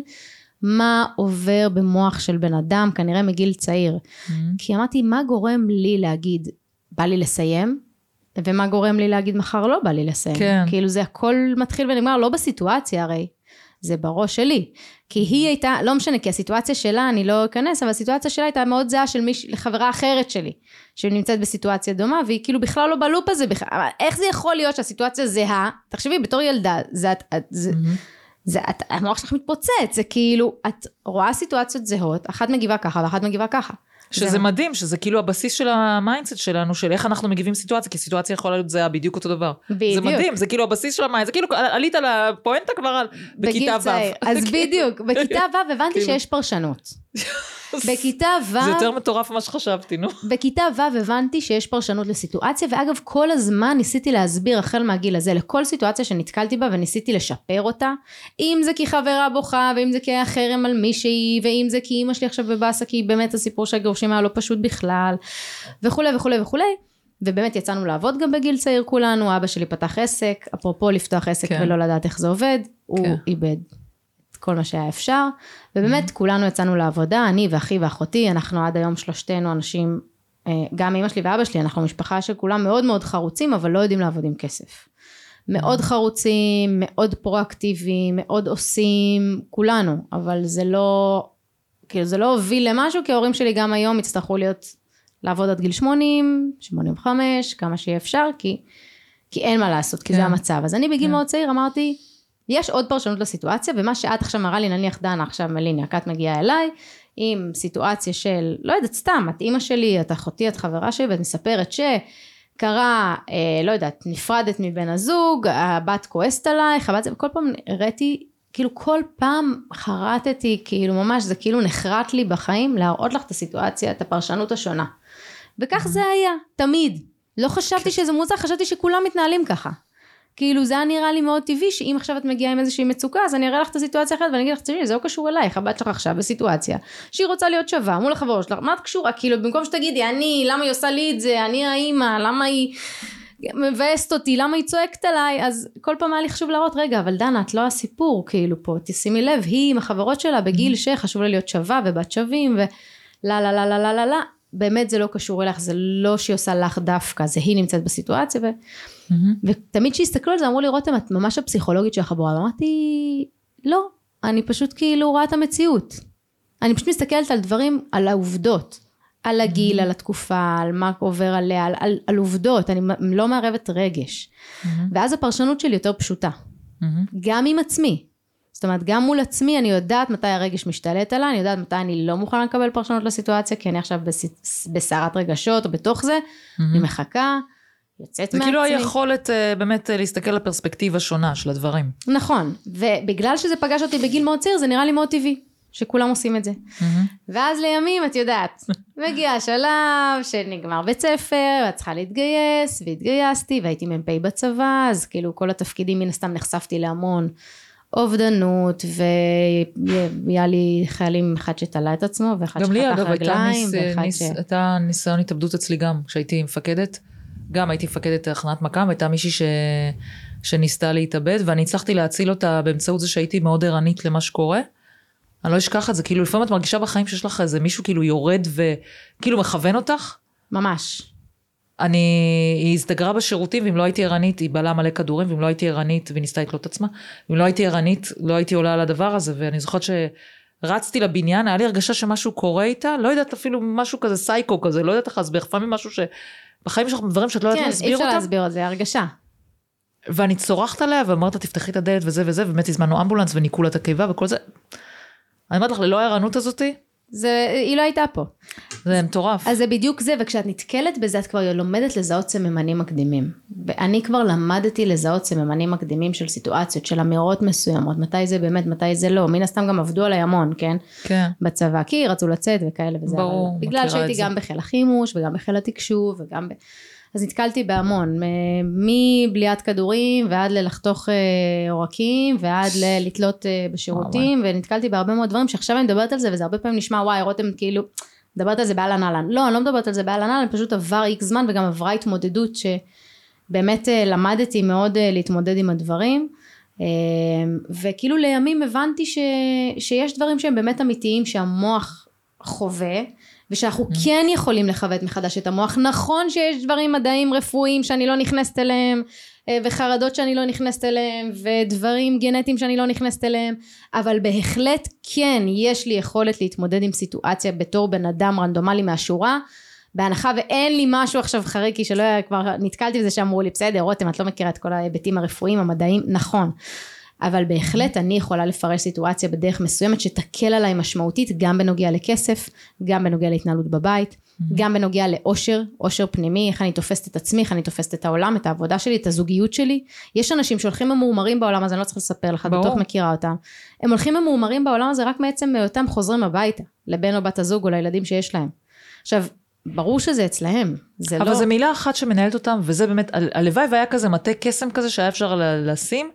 מה עובר במוח של בן אדם, כנראה מגיל צעיר. כי אמרתי, מה גורם לי להגיד, בא לי לסיים? ומה גורם לי להגיד מחר לא בא לי לסיים. כן. כאילו זה הכל מתחיל ונגמר, לא בסיטואציה הרי, זה בראש שלי. כי היא הייתה, לא משנה, כי הסיטואציה שלה, אני לא אכנס, אבל הסיטואציה שלה הייתה מאוד זהה של מיש, לחברה אחרת שלי, שנמצאת בסיטואציה דומה, והיא כאילו בכלל לא בלופ הזה, בכלל, אבל איך זה יכול להיות שהסיטואציה זהה, תחשבי, בתור ילדה, זה, זה, זה, זה, את, המוח שלך מתפוצץ, זה כאילו, את רואה סיטואציות זהות, אחת מגיבה ככה, ואחת מגיבה ככה. שזה מדהים, שזה כאילו הבסיס של המיינדסט שלנו, של איך אנחנו מגיבים סיטואציה, כי סיטואציה יכולה להיות זה בדיוק אותו דבר. בדיוק. זה מדהים, זה כאילו הבסיס של המיינדסט, זה כאילו עלית לפואנטה כבר בכיתה ו'. אז בדיוק, בכיתה ו' הבנתי שיש פרשנות. בכיתה ו' זה יותר מטורף מה שחשבתי, נו. בכיתה ו' הבנתי שיש פרשנות לסיטואציה, ואגב כל הזמן ניסיתי להסביר החל מהגיל הזה, לכל סיטואציה שנתקלתי בה, וניסיתי לשפר אותה, אם זה כי חברה בוכה, ואם זה כי היה חרם על מישהי, ואם זה כי אמא שלי עכשיו בבאסה, כי באמת הסיפור של הגירושים היה לא פשוט בכלל, וכולי וכולי וכולי, ובאמת יצאנו לעבוד גם בגיל צעיר כולנו, אבא שלי פתח עסק, אפרופו לפתוח עסק כן. ולא לדעת איך זה עובד, כן. הוא איבד כל מה שהיה אפשר, ובאמת כולנו יצאנו לעבודה, אני ואחי ואחותי, אנחנו עד היום שלושתנו אנשים, גם אמא שלי ואבא שלי, אנחנו משפחה של כולם מאוד מאוד חרוצים, אבל לא יודעים לעבוד עם כסף. מאוד חרוצים, מאוד פרואקטיביים, מאוד עושים, כולנו, אבל זה לא, כאילו זה לא הוביל למשהו, כי ההורים שלי גם היום יצטרכו להיות, לעבוד עד גיל שמונים, שמונים וחמש, כמה שיהיה אפשר, כי, כי אין מה לעשות, כי זה המצב. אז אני בגיל מאוד צעיר אמרתי, יש עוד פרשנות לסיטואציה, ומה שאת עכשיו מראה לי, נניח דנה עכשיו מליני, את מגיעה אליי, עם סיטואציה של, לא יודעת, סתם, את אימא שלי, את אחותי, את חברה שלי, ואת מספרת שקרה, אה, לא יודעת, נפרדת מבן הזוג, הבת כועסת עלייך, הבת זה, וכל פעם הראיתי, כאילו כל פעם חרטתי, כאילו ממש, זה כאילו נחרט לי בחיים, להראות לך את הסיטואציה, את הפרשנות השונה. וכך זה היה, תמיד. לא חשבתי שזה מוזר, חשבתי שכולם מתנהלים ככה. כאילו זה היה נראה לי מאוד טבעי, שאם עכשיו את מגיעה עם איזושהי מצוקה, אז אני אראה לך את הסיטואציה אחרת, ואני אגיד לך, תראי, זה לא קשור אלייך, הבת שלך עכשיו בסיטואציה, שהיא רוצה להיות שווה, מול החברות שלך, מה את קשורה? כאילו, במקום שתגידי, אני, למה היא עושה לי את זה, אני האמא, למה היא מבאסת אותי, למה היא צועקת עליי, אז כל פעם היה לי חשוב להראות, רגע, אבל דנה, את לא הסיפור, כאילו פה, תשימי לב, היא עם החברות שלה, בגיל שחשוב לה להיות שווה, ובת שווים, ולה, לה, לה, לה, לה, לה, לה, באמת זה לא קשור אליך, זה לא שהיא עושה לך דווקא, זה היא נמצאת בסיטואציה, ו... mm-hmm. ותמיד שהסתכלו על זה, אמרו לי, רותם, את ממש הפסיכולוגית של החבורה, אמרתי, לא, אני פשוט כאילו רואה את המציאות, אני פשוט מסתכלת על דברים, על העובדות, על הגיל, mm-hmm. על התקופה, על מה עובר עליה, על, על, על עובדות, אני לא מערבת רגש, mm-hmm. ואז הפרשנות שלי יותר פשוטה, mm-hmm. גם עם עצמי, זאת אומרת, גם מול עצמי, אני יודעת מתי הרגש משתלט עליי, אני יודעת מתי אני לא מוכנה לקבל פרשנות לסיטואציה, כי אני עכשיו בסערת רגשות, או בתוך זה, mm-hmm. אני מחכה, יוצאת מעצמי. זה כאילו היכולת באמת להסתכל על הפרספקטיבה שונה של הדברים. נכון, ובגלל שזה פגש אותי בגיל מאוד צעיר, זה נראה לי מאוד טבעי, שכולם עושים את זה. Mm-hmm. ואז לימים, את יודעת, מגיע השלב שנגמר בית ספר, ואת צריכה להתגייס, והתגייסתי, והייתי מ"פ בצבא, אז כאילו כל התפקידים מן הסתם נחשפתי להמון, אובדנות, והיה לי חיילים אחד שתלה את עצמו, ואחד שחתך רגליים, ואחד ש... הייתה ניסיון התאבדות אצלי גם, כשהייתי מפקדת, גם הייתי מפקדת הכנת מקם, הייתה מישהי ש... שניסתה להתאבד, ואני הצלחתי להציל אותה באמצעות זה שהייתי מאוד ערנית למה שקורה, אני לא אשכח את זה, כאילו לפעמים את מרגישה בחיים שיש לך איזה מישהו כאילו יורד וכאילו מכוון אותך. ממש. אני, היא הזדגרה בשירותים, ואם לא הייתי ערנית, היא בעלה מלא כדורים, ואם לא הייתי ערנית, והיא ניסתה לקלוט עצמה, ואם לא הייתי ערנית, לא הייתי עולה על הדבר הזה, ואני זוכרת שרצתי לבניין, היה לי הרגשה שמשהו קורה איתה, לא יודעת אפילו משהו כזה סייקו כזה, לא יודעת איך להסביר, לפעמים משהו שבחיים יש לך דברים שאת לא יודעת להסביר אותם. כן, אי אפשר להסביר את זה, הרגשה. ואני צורחת עליה, ואמרת, תפתחי את הדלת וזה וזה, ובאמת הזמנו אמבולנס, וניקו לה את הקיבה וכל זה. אני אומרת לך, ללא הערנות הזאתי, זה, היא לא הייתה פה. זה מטורף. אז זה בדיוק זה, וכשאת נתקלת בזה, את כבר לומדת לזהות סממנים מקדימים. ואני כבר למדתי לזהות סממנים מקדימים של סיטואציות, של אמירות מסוימות, מתי זה באמת, מתי זה לא. מן הסתם גם עבדו עליי המון, כן? כן. בצבא, כי רצו לצאת וכאלה וזה. ברור, בגלל שהייתי גם בחיל החימוש, וגם בחיל התקשוב, וגם ב... אז נתקלתי בהמון, מבליית כדורים, ועד ללחתוך עורקים, ועד לתלות בשירותים, ונתקלתי בהרבה מאוד דברים, שעכשיו אני מדברת על זה, וזה הרבה פעמים נשמע, וואי, רותם כאילו, מדברת על זה באלן אלן. לא, אני לא מדברת על זה באלן אלן, פשוט עבר איקס זמן, וגם עברה התמודדות, שבאמת למדתי מאוד להתמודד עם הדברים, וכאילו לימים הבנתי ש, שיש דברים שהם באמת אמיתיים, שהמוח חווה, ושאנחנו כן יכולים לחוות מחדש את המוח. נכון שיש דברים מדעיים רפואיים שאני לא נכנסת אליהם, וחרדות שאני לא נכנסת אליהם, ודברים גנטיים שאני לא נכנסת אליהם, אבל בהחלט כן יש לי יכולת להתמודד עם סיטואציה בתור בן אדם רנדומלי מהשורה, בהנחה ואין לי משהו עכשיו חריקי שלא היה, כבר נתקלתי בזה שאמרו לי, בסדר רותם, את לא מכירה את כל ההיבטים הרפואיים, המדעיים, נכון. אבל בהחלט אני יכולה לפרש סיטואציה בדרך מסוימת שתקל עליי משמעותית, גם בנוגע לכסף, גם בנוגע להתנהלות בבית, גם בנוגע לאושר, אושר פנימי, איך אני תופסת את עצמי, איך אני תופסת את העולם, את העבודה שלי, את הזוגיות שלי. יש אנשים שהולכים ממורמרים בעולם הזה, אני לא צריכה לספר לך, בטוח מכירה אותם. הם הולכים ממורמרים בעולם הזה רק מעצם מאותם חוזרים הביתה, לבן או בת הזוג או לילדים שיש להם. עכשיו, ברור שזה אצלהם, זה אבל לא... אבל זו מילה אחת שמנהלת אותם, וזה באמת, הלוואי והיה כזה מטה קסם כזה שהיה אפשר לשים,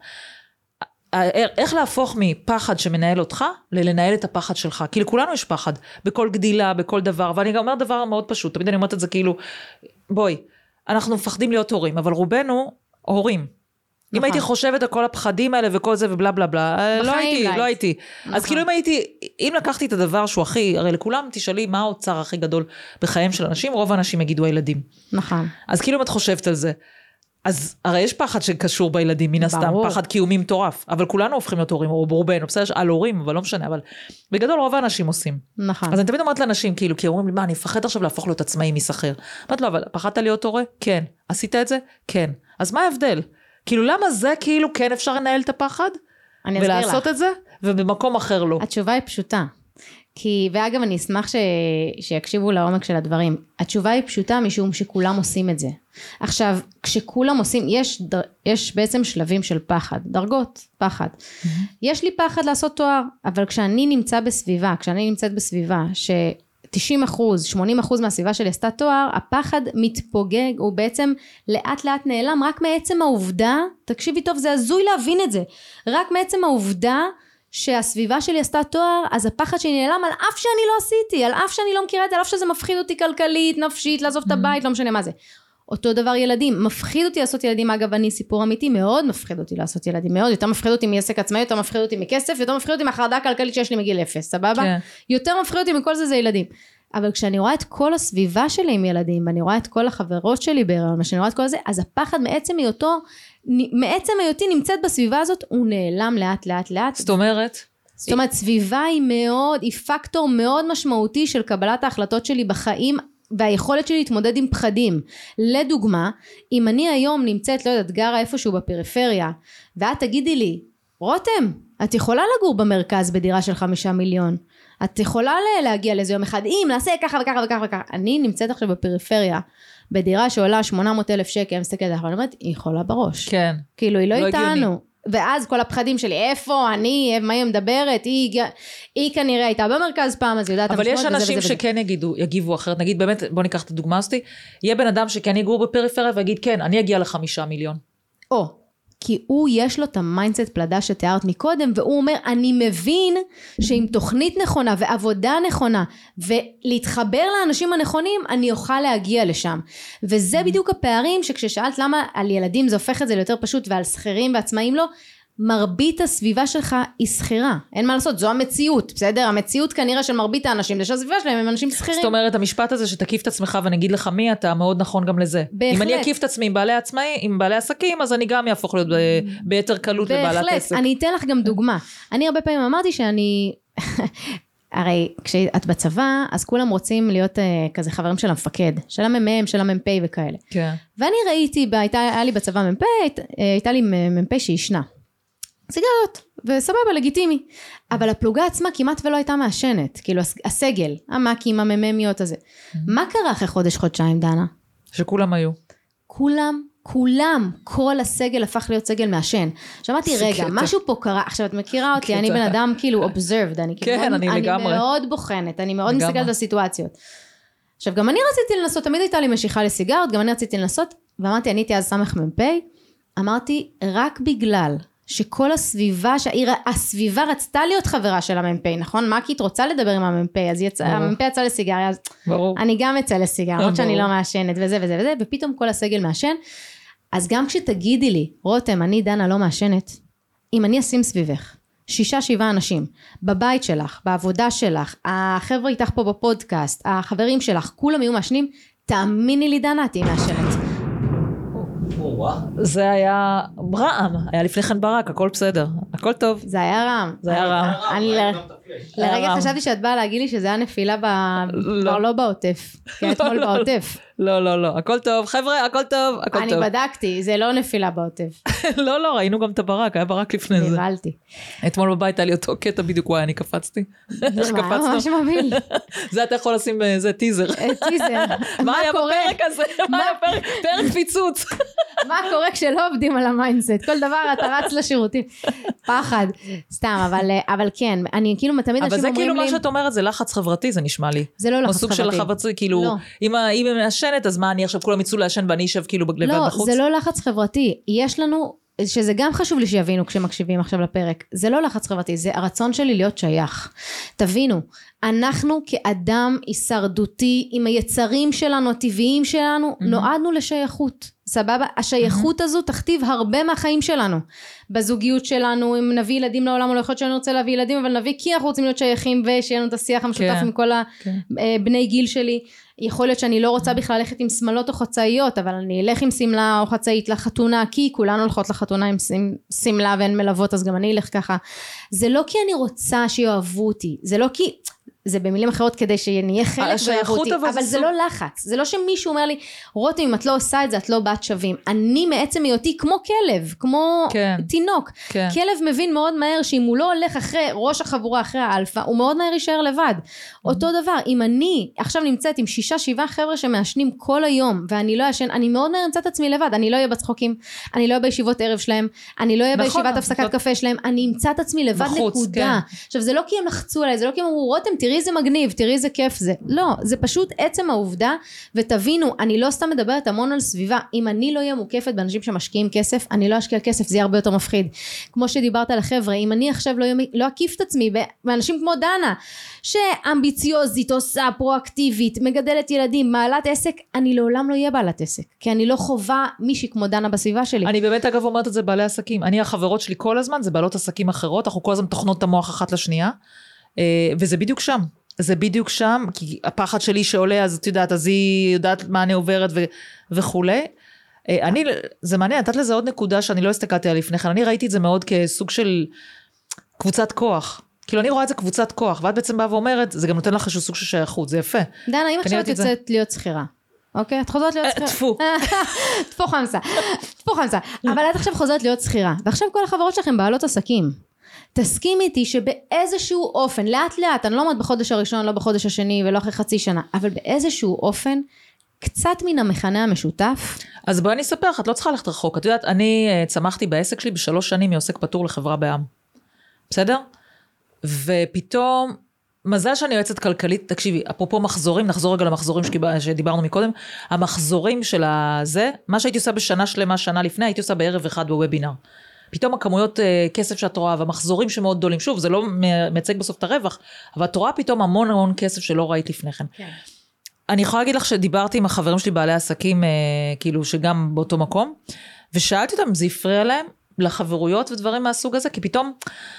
איך להפוך מפחד שמנהל אותך, ללנהל את הפחד שלך, כי לכולנו יש פחד, בכל גדילה, בכל דבר, ואני גם אומר דבר מאוד פשוט, תמיד אני אומרת את זה כאילו, בואי, אנחנו מפחדים להיות הורים, אבל רובנו הורים, נכון. אם הייתי חושבת על כל הפחדים האלה וכל זה ובלה בלה בלה, לא הייתי, לא הייתי, נכון. אז כאילו אם הייתי, אם לקחתי את הדבר שהוא הכי, הרי לכולם תשאלי מה האוצר הכי גדול בחיים של אנשים, רוב האנשים יגידו הילדים, נכון. אז כאילו אם את חושבת על זה, אז הרי יש פחד שקשור בילדים, מן הסתם, פחד קיומי מטורף, אבל כולנו הופכים להיות הורים, או רובנו, בסדר, על הורים, אבל לא משנה, אבל בגדול רוב האנשים עושים. נכון. אז אני תמיד אומרת לאנשים, כאילו, כי אומרים לי, מה, אני מפחד עכשיו להפוך להיות עצמאי מסחר. אמרת לו, אבל פחדת להיות הורה? כן. עשית את זה? כן. אז מה ההבדל? כאילו, למה זה כאילו כן אפשר לנהל את הפחד? אני אסביר לך. ולעשות את זה, ובמקום אחר לא. התשובה היא פשוטה. כי, ואגב, אני אשמח ש... שיקשיבו לעומק של הדברים. התשובה היא פשוטה משום שכולם עושים את זה. עכשיו, כשכולם עושים, יש, יש בעצם שלבים של פחד, דרגות פחד. Mm-hmm. יש לי פחד לעשות תואר, אבל כשאני נמצא בסביבה, כשאני נמצאת בסביבה, ש-תשעים אחוז, שמונים אחוז מהסביבה שלי עשתה תואר, הפחד מתפוגג, הוא בעצם לאט לאט נעלם, רק מעצם העובדה, תקשיבי טוב, זה הזוי להבין את זה, רק מעצם העובדה, שהסביבה שלי עשתה תואר, אז הפחד שלי נעלם על אף שאני לא עשיתי, על אף שאני לא מכירה את זה, על אף שזה מפחיד אותי כלכלית, נפשית, לעזוב את הבית, לא משנה מה זה. אותו דבר ילדים, מפחיד אותי לעשות ילדים, אגב אני סיפור אמיתי, מאוד מפחיד אותי לעשות ילדים, מאוד, יותר מפחיד אותי מעסק עצמאי, יותר מפחיד אותי מכסף, יותר מפחיד אותי מהחרדה הכלכלית שיש לי מגיל אפס, סבבה? כן. יותר מפחיד אותי מכל זה זה ילדים. אבל כשאני רואה את כל הסביבה שלי עם ילדים, ואני רואה את כל החברות שלי בהיריון, כשאני רואה את כל זה, אז הפחד מעצם היותו, מעצם היותי נמצאת בסביבה הזאת, הוא נעלם לאט לאט לאט. זאת אומרת? זאת אומרת, סביבה היא מאוד, היא פקטור מאוד משמעותי של קבלת ההחלטות שלי בחיים, והיכולת שלי להתמודד עם פחדים. לדוגמה, אם אני היום נמצאת, לא יודעת, גרה איפשהו בפריפריה, ואת תגידי לי, רותם, את יכולה לגור במרכז בדירה של חמישה מיליון, את יכולה להגיע לזה יום אחד, אם נעשה ככה וככה וככה וככה, אני נמצאת עכשיו בפריפריה, בדירה שעולה שמונה מאות אלף שקל, אני מסתכלת, אבל אני אומרת, היא יכולה בראש. כן. כאילו, היא לא, לא איתנו. הגיוני. ואז כל הפחדים שלי, איפה אני, מה היא מדברת, היא, היא כנראה הייתה במרכז פעם, אז יודעת, אבל יש אנשים וזה שכן וזה. יגידו, יגיבו אחרת, נגיד באמת, בוא ניקח את הדוגמה הזאת, יהיה בן אדם שכן יגור בפריפריה, ויגיד כן, אני אגיע לחמישה מיליון. או, כי הוא יש לו את המיינדסט פלדה שתיארת מקודם, והוא אומר, אני מבין שעם תוכנית נכונה ועבודה נכונה, ולהתחבר לאנשים הנכונים, אני אוכל להגיע לשם. וזה בדיוק הפערים שכששאלת למה על ילדים זה הופך את זה ליותר פשוט, ועל שכירים ועצמאים לא, מרבית הסביבה שלך היא שכירה, אין מה לעשות, זו המציאות, בסדר? המציאות כנראה של מרבית האנשים, זה שהסביבה שלהם הם אנשים שכירים. זאת אומרת, המשפט הזה שתקיף את עצמך ונגיד לך מי אתה, מאוד נכון גם לזה. בהחלט. אם אני אקיף את עצמי עם בעלי עצמאי, עם בעלי עסקים, אז אני גם יהפוך להיות ביתר קלות לבעלת עסק. בהחלט, אני אתן לך גם דוגמה. אני הרבה פעמים אמרתי שאני, הרי כשאת בצבא, אז כולם רוצים להיות uh, כזה חברים של המפקד, של המ"מ, של המ"פ וכאלה. כן. ואני ראיתי, הייתה, היה לי בצבא מ"פ, הייתה לי מ"פ שישנה. סיגריות, וסבבה, לגיטימי. אבל הפלוגה עצמה כמעט ולא הייתה מעשנת, כאילו הסגל, המקים, המממיות הזה. מה קרה אחרי חודש, חודשיים, דנה? שכולם היו. כולם, כולם, כל הסגל הפך להיות סגל מעשן. שמעתי, רגע, משהו פה קרה, עכשיו את מכירה אותי, אני בן אדם כאילו observed, אני מאוד בוחנת, אני מאוד מסתכלת על הסיטואציות. עכשיו, גם אני רציתי לנסות, תמיד הייתה לי משיכה לסיגרות, גם אני רציתי לנסות, ואמרתי, אני הייתי אז סמך מ"פ, אמרתי, רק בגלל שכל הסביבה, שהעיר, הסביבה רצתה להיות חברה של המ"פ, נכון? מקית רוצה לדבר עם המ"פ, אז יצא, המ"פ יצא לסיגריה, אז ברור. אני גם יצא לסיגריה, עוד שאני לא מעשנת, וזה וזה וזה, ופתאום כל הסגל מעשן, אז גם כשתגידי לי, רותם, אני דנה לא מעשנת, אם אני אשים סביבך, שישה, שבעה אנשים, בבית שלך, בעבודה שלך, החבר'ה איתך פה בפודקאסט, החברים שלך, כולם יהיו מעשנים, תאמיני לי דנה, תהי מעשנת. זה היה רעם, היה לפני כן ברק, הכל בסדר, הכל טוב. זה היה רעם. זה היה רעם. לרגע חשבתי שאת באה להגיד לי שזה היה נפילה כבר לא בעוטף, כי אתמול בעוטף. לא, לא, לא, הכל טוב, חבר'ה, הכל טוב, הכל אני טוב. אני בדקתי, זה לא נפילה בעוטף. לא, לא, ראינו גם את הברק, היה ברק לפני זה. נבלתי. אתמול בבית היה לי אותו קטע בדיוק, וואי, אני קפצתי. איך זה מה, ממש קפצנו? מוביל. זה אתה יכול לשים איזה טיזר. טיזר. מה היה בפרק הזה? מה היה בפרק? פרק פיצוץ. מה קורה כשלא עובדים על המיינדסט? כל דבר אתה רץ לשירותים. פחד. סתם, אבל, אבל כן, אני כאילו תמיד אבל אנשים זה אומרים כאילו לי... מה שאת אומרת, זה לחץ חברתי, זה נשמע לי. זה לא לחץ סוג של חברתי. חברתי, כאילו, לא. אם היא מעשנת, אז מה, אני עכשיו כולם יצאו לעשן ואני אשב כאילו לבד בחוץ? לא, זה לא לחץ חברתי. יש לנו, שזה גם חשוב לי שיבינו כשמקשיבים עכשיו לפרק, זה לא לחץ חברתי, זה הרצון שלי להיות שייך. תבינו, אנחנו כאדם הישרדותי, עם היצרים שלנו, הטבעיים שלנו, mm-hmm. נועדנו לשייכות. סבבה? השייכות mm-hmm. הזו תכתיב הרבה מהחיים שלנו. בזוגיות שלנו, אם נביא ילדים לעולם, או לא יכול להיות שאני רוצה להביא ילדים, אבל נביא כי אנחנו רוצים להיות שייכים, ושיהיה לנו את השיח המשותף כן. עם כל כן. הבני גיל שלי. יכול להיות שאני לא רוצה בכלל ללכת עם שמלות או חצאיות, אבל אני אלך עם סמלה או חצאית לחתונה, כי כולנו הולכות לחתונה עם סמלה והן מלוות, אז גם אני אלך ככה. זה לא כי אני רוצה שיאהבו אותי, זה לא כי... זה במילים אחרות כדי שנהיה חלק ויאהבו אותי, אבל, אבל זה סוג... לא לחץ, זה לא שמישהו אומר לי, רותם אם את לא עושה את זה, את לא בת שווים, אני מעצם היותי כמו כלב, כמו כן. תינוק, כן. כלב מבין מאוד מהר שאם הוא לא הולך אחרי ראש החבורה, אחרי האלפא, הוא מאוד מהר יישאר לבד, mm-hmm. אותו דבר, אם אני עכשיו נמצאת עם שישה שבעה חבר'ה שמעשנים כל היום, ואני לא ישן, אני מאוד מהר נמצאת עצמי לבד, אני לא אהיה בצחוקים, אני לא אהיה בישיבות ערב שלהם, אני לא אהיה נכון, בישיבת הפסקת נכון. קפה שלהם, אני אמצא את עצמי לבד בחוץ, נקודה. כן. עכשיו זה לא כי הם לחצו עליי, זה לא כי הם אמרו, רותם, תראי איזה מגניב, תראי איזה כיף זה. לא, זה פשוט עצם העובדה, ותבינו, אני לא סתם מדברת המון על סביבה, אם אני לא אהיה מוקפת באנשים שמשקיעים כסף, אני לא אשקיע כסף, זה יהיה הרבה יותר מפחיד. כמו שדיברת על החבר'ה, אם אני עכשיו לא, לא אקיף את עצמי, באנשים כמו דנה, שאמביציוזית, עושה, פרואקטיבית, מגדלת ילדים, מעלת עסק, אני לעולם לא אהיה בעלת עסק, כי אני לא חובה מישהי כמו דנה בסביבה שלי. אני באמת אגב אומרת את זה בעלי עסקים, אני החברות שלי כל הזמן, זה בעלות עסקים אחרות, אנחנו כל הזמן תוכנות את המוח אחת לשנייה, וזה בדיוק שם. זה בדיוק שם, כי הפחד שלי שעולה, אז את יודעת, אז היא יודעת מה אני עוברת ו- וכולי. אני, זה מעניין, נתת לזה עוד נקודה שאני לא הסתכלתי עליה לפני כן, אני ראיתי את זה מאוד כסוג של קבוצת כוח. כאילו אני רואה את זה קבוצת כוח, ואת בעצם באה ואומרת, זה גם נותן לך איזשהו סוג של שייכות, זה יפה. דנה, אם עכשיו את יוצאת להיות שכירה, אוקיי? את חוזרת להיות שכירה. תפו. תפו חמסה. תפו חמסה. אבל את עכשיו חוזרת להיות שכירה, ועכשיו כל החברות שלכם בעלות עסקים. תסכים איתי שבאיזשהו אופן, לאט לאט, אני לא אומרת בחודש הראשון, לא בחודש השני ולא אחרי חצי שנה, אבל באיזשהו אופן, קצת מן המכנה המשותף. אז בואי אני אספר לך, את לא צריכה ללכת רחוק. את יודעת, אני צמחתי בעסק שלי בשלוש שנים מעוסק פטור לחברה בעם. בסדר? ופתאום, מזל שאני יועצת כלכלית, תקשיבי, אפרופו מחזורים, נחזור רגע למחזורים שדיברנו מקודם, המחזורים של הזה, מה שהייתי עושה בשנה שלמה, שנה לפני, הייתי עושה בערב אחד בוובינר. פתאום הכמויות uh, כסף שאת רואה, והמחזורים שמאוד גדולים, שוב, זה לא מייצג בסוף את הרווח, אבל את רואה פתאום המון המון כסף שלא ראית לפני כן. כן. אני יכולה להגיד לך שדיברתי עם החברים שלי בעלי עסקים, uh, כאילו שגם באותו מקום, ושאלתי אותם אם זה יפריע להם, לחברויות ודברים מהסוג הזה, כי פתאום,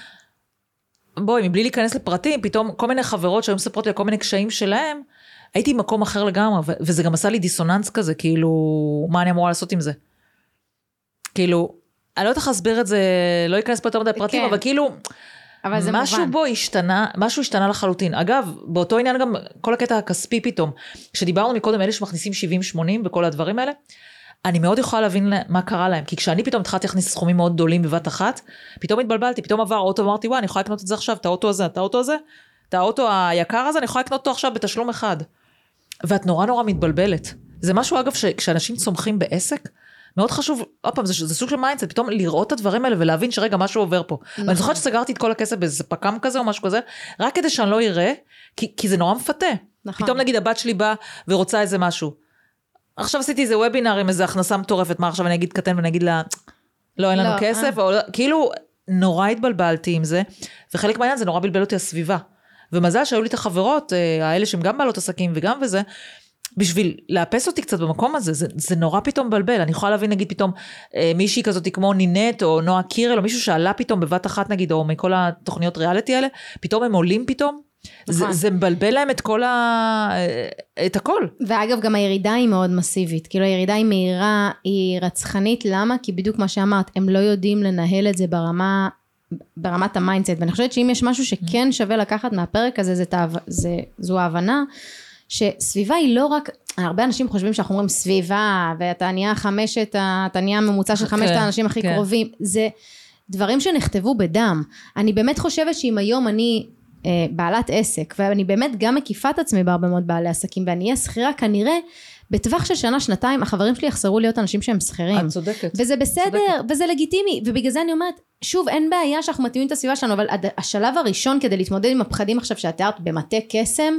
בואי, מבלי להיכנס לפרטים, פתאום כל מיני חברות שהיו מספרות לי כל מיני קשיים שלהם, הייתי במקום אחר לגמרי, ו- וזה גם עשה לי דיסוננס כזה, כאילו, מה אני אמורה לעשות עם זה? כאילו, אני לא יודעת איך להסביר את זה, לא אכנס פה יותר מדי פרטים, כן. אבל כאילו, אבל משהו מובן. בו השתנה, משהו השתנה לחלוטין. אגב, באותו עניין גם כל הקטע הכספי פתאום, כשדיברנו מקודם, אלה שמכניסים שבעים שמונים וכל הדברים האלה, אני מאוד יכולה להבין מה קרה להם, כי כשאני פתאום התחלתי להכניס סכומים מאוד גדולים בבת אחת, פתאום התבלבלתי, פתאום עבר אוטו, אמרתי, וואי, אני יכולה לקנות את זה עכשיו, את האוטו הזה, את האוטו הזה, את האוטו היקר הזה, אני יכולה לקנות אותו עכשיו בתשלום אחד. ואת נורא נורא מתבלבלת. זה משהו, אגב, שכשאנשים צומחים בעסק, מאוד חשוב, עוד פעם, זה, זה סוג של מיינדסט, פתאום לראות את הדברים האלה ולהבין שרגע משהו עובר פה. נכון. ואני זוכרת שסגרתי את כל הכסף באיזה פקם כזה או משהו כזה, רק כדי שאני לא אראה, כי, כי זה נורא מפתה. נכון. פתאום נגיד הבת שלי באה ורוצה איזה משהו. עכשיו עשיתי איזה וובינר עם איזה הכנסה מטורפת, מה עכשיו אני אגיד קטן ואני אגיד לה, לא, אין לנו לא, כסף, אה. או, כאילו נורא התבלבלתי עם זה, וחלק מהעניין זה נורא בלבל אותי הסביבה. ומזל שהיו לי את החברות, האלה שהם גם בעלות עסקים וגם וזה, בשביל לאפס אותי קצת במקום הזה, זה, זה נורא פתאום בלבל, אני יכולה להבין נגיד פתאום אה, מישהי כזאת כמו נינט או נועה קירל, או מישהו שעלה פתאום בבת אחת נגיד, או מכל התוכניות ריאליטי האלה, פתאום הם עולים פתאום, זה, זה מבלבל להם את כל ה... את הכל. ואגב גם הירידה היא מאוד מסיבית, כאילו הירידה היא מהירה, היא רצחנית, למה? כי בדיוק מה שאמרת, הם לא יודעים לנהל את זה ברמה... ברמת המיינדסט, ואני חושבת שאם יש משהו שכן שווה לקחת מהפרק הזה, זה, זה, זו ההבנה, שסביבה היא לא רק, הרבה אנשים חושבים שאנחנו אומרים סביבה, ואתה נהיה חמשת, אתה נהיה ממוצע של חמשת האנשים הכי קרובים, זה דברים שנכתבו בדם. אני באמת חושבת שאם היום אני אה, בעלת עסק, ואני באמת גם מקיפה את עצמי בהרבה מאוד בעלי עסקים, ואני אהיה שכירה, כנראה, בטווח של שנה, שנתיים, החברים שלי יחזרו להיות אנשים שהם שכירים. את צודקת. וזה בסדר, צודקת. וזה לגיטימי, ובגלל זה אני אומרת, שוב, אין בעיה שאנחנו מתאימים את הסביבה שלנו, אבל השלב הראשון כדי להתמודד עם הפחדים עכשיו שאת תיארת במטה קסם,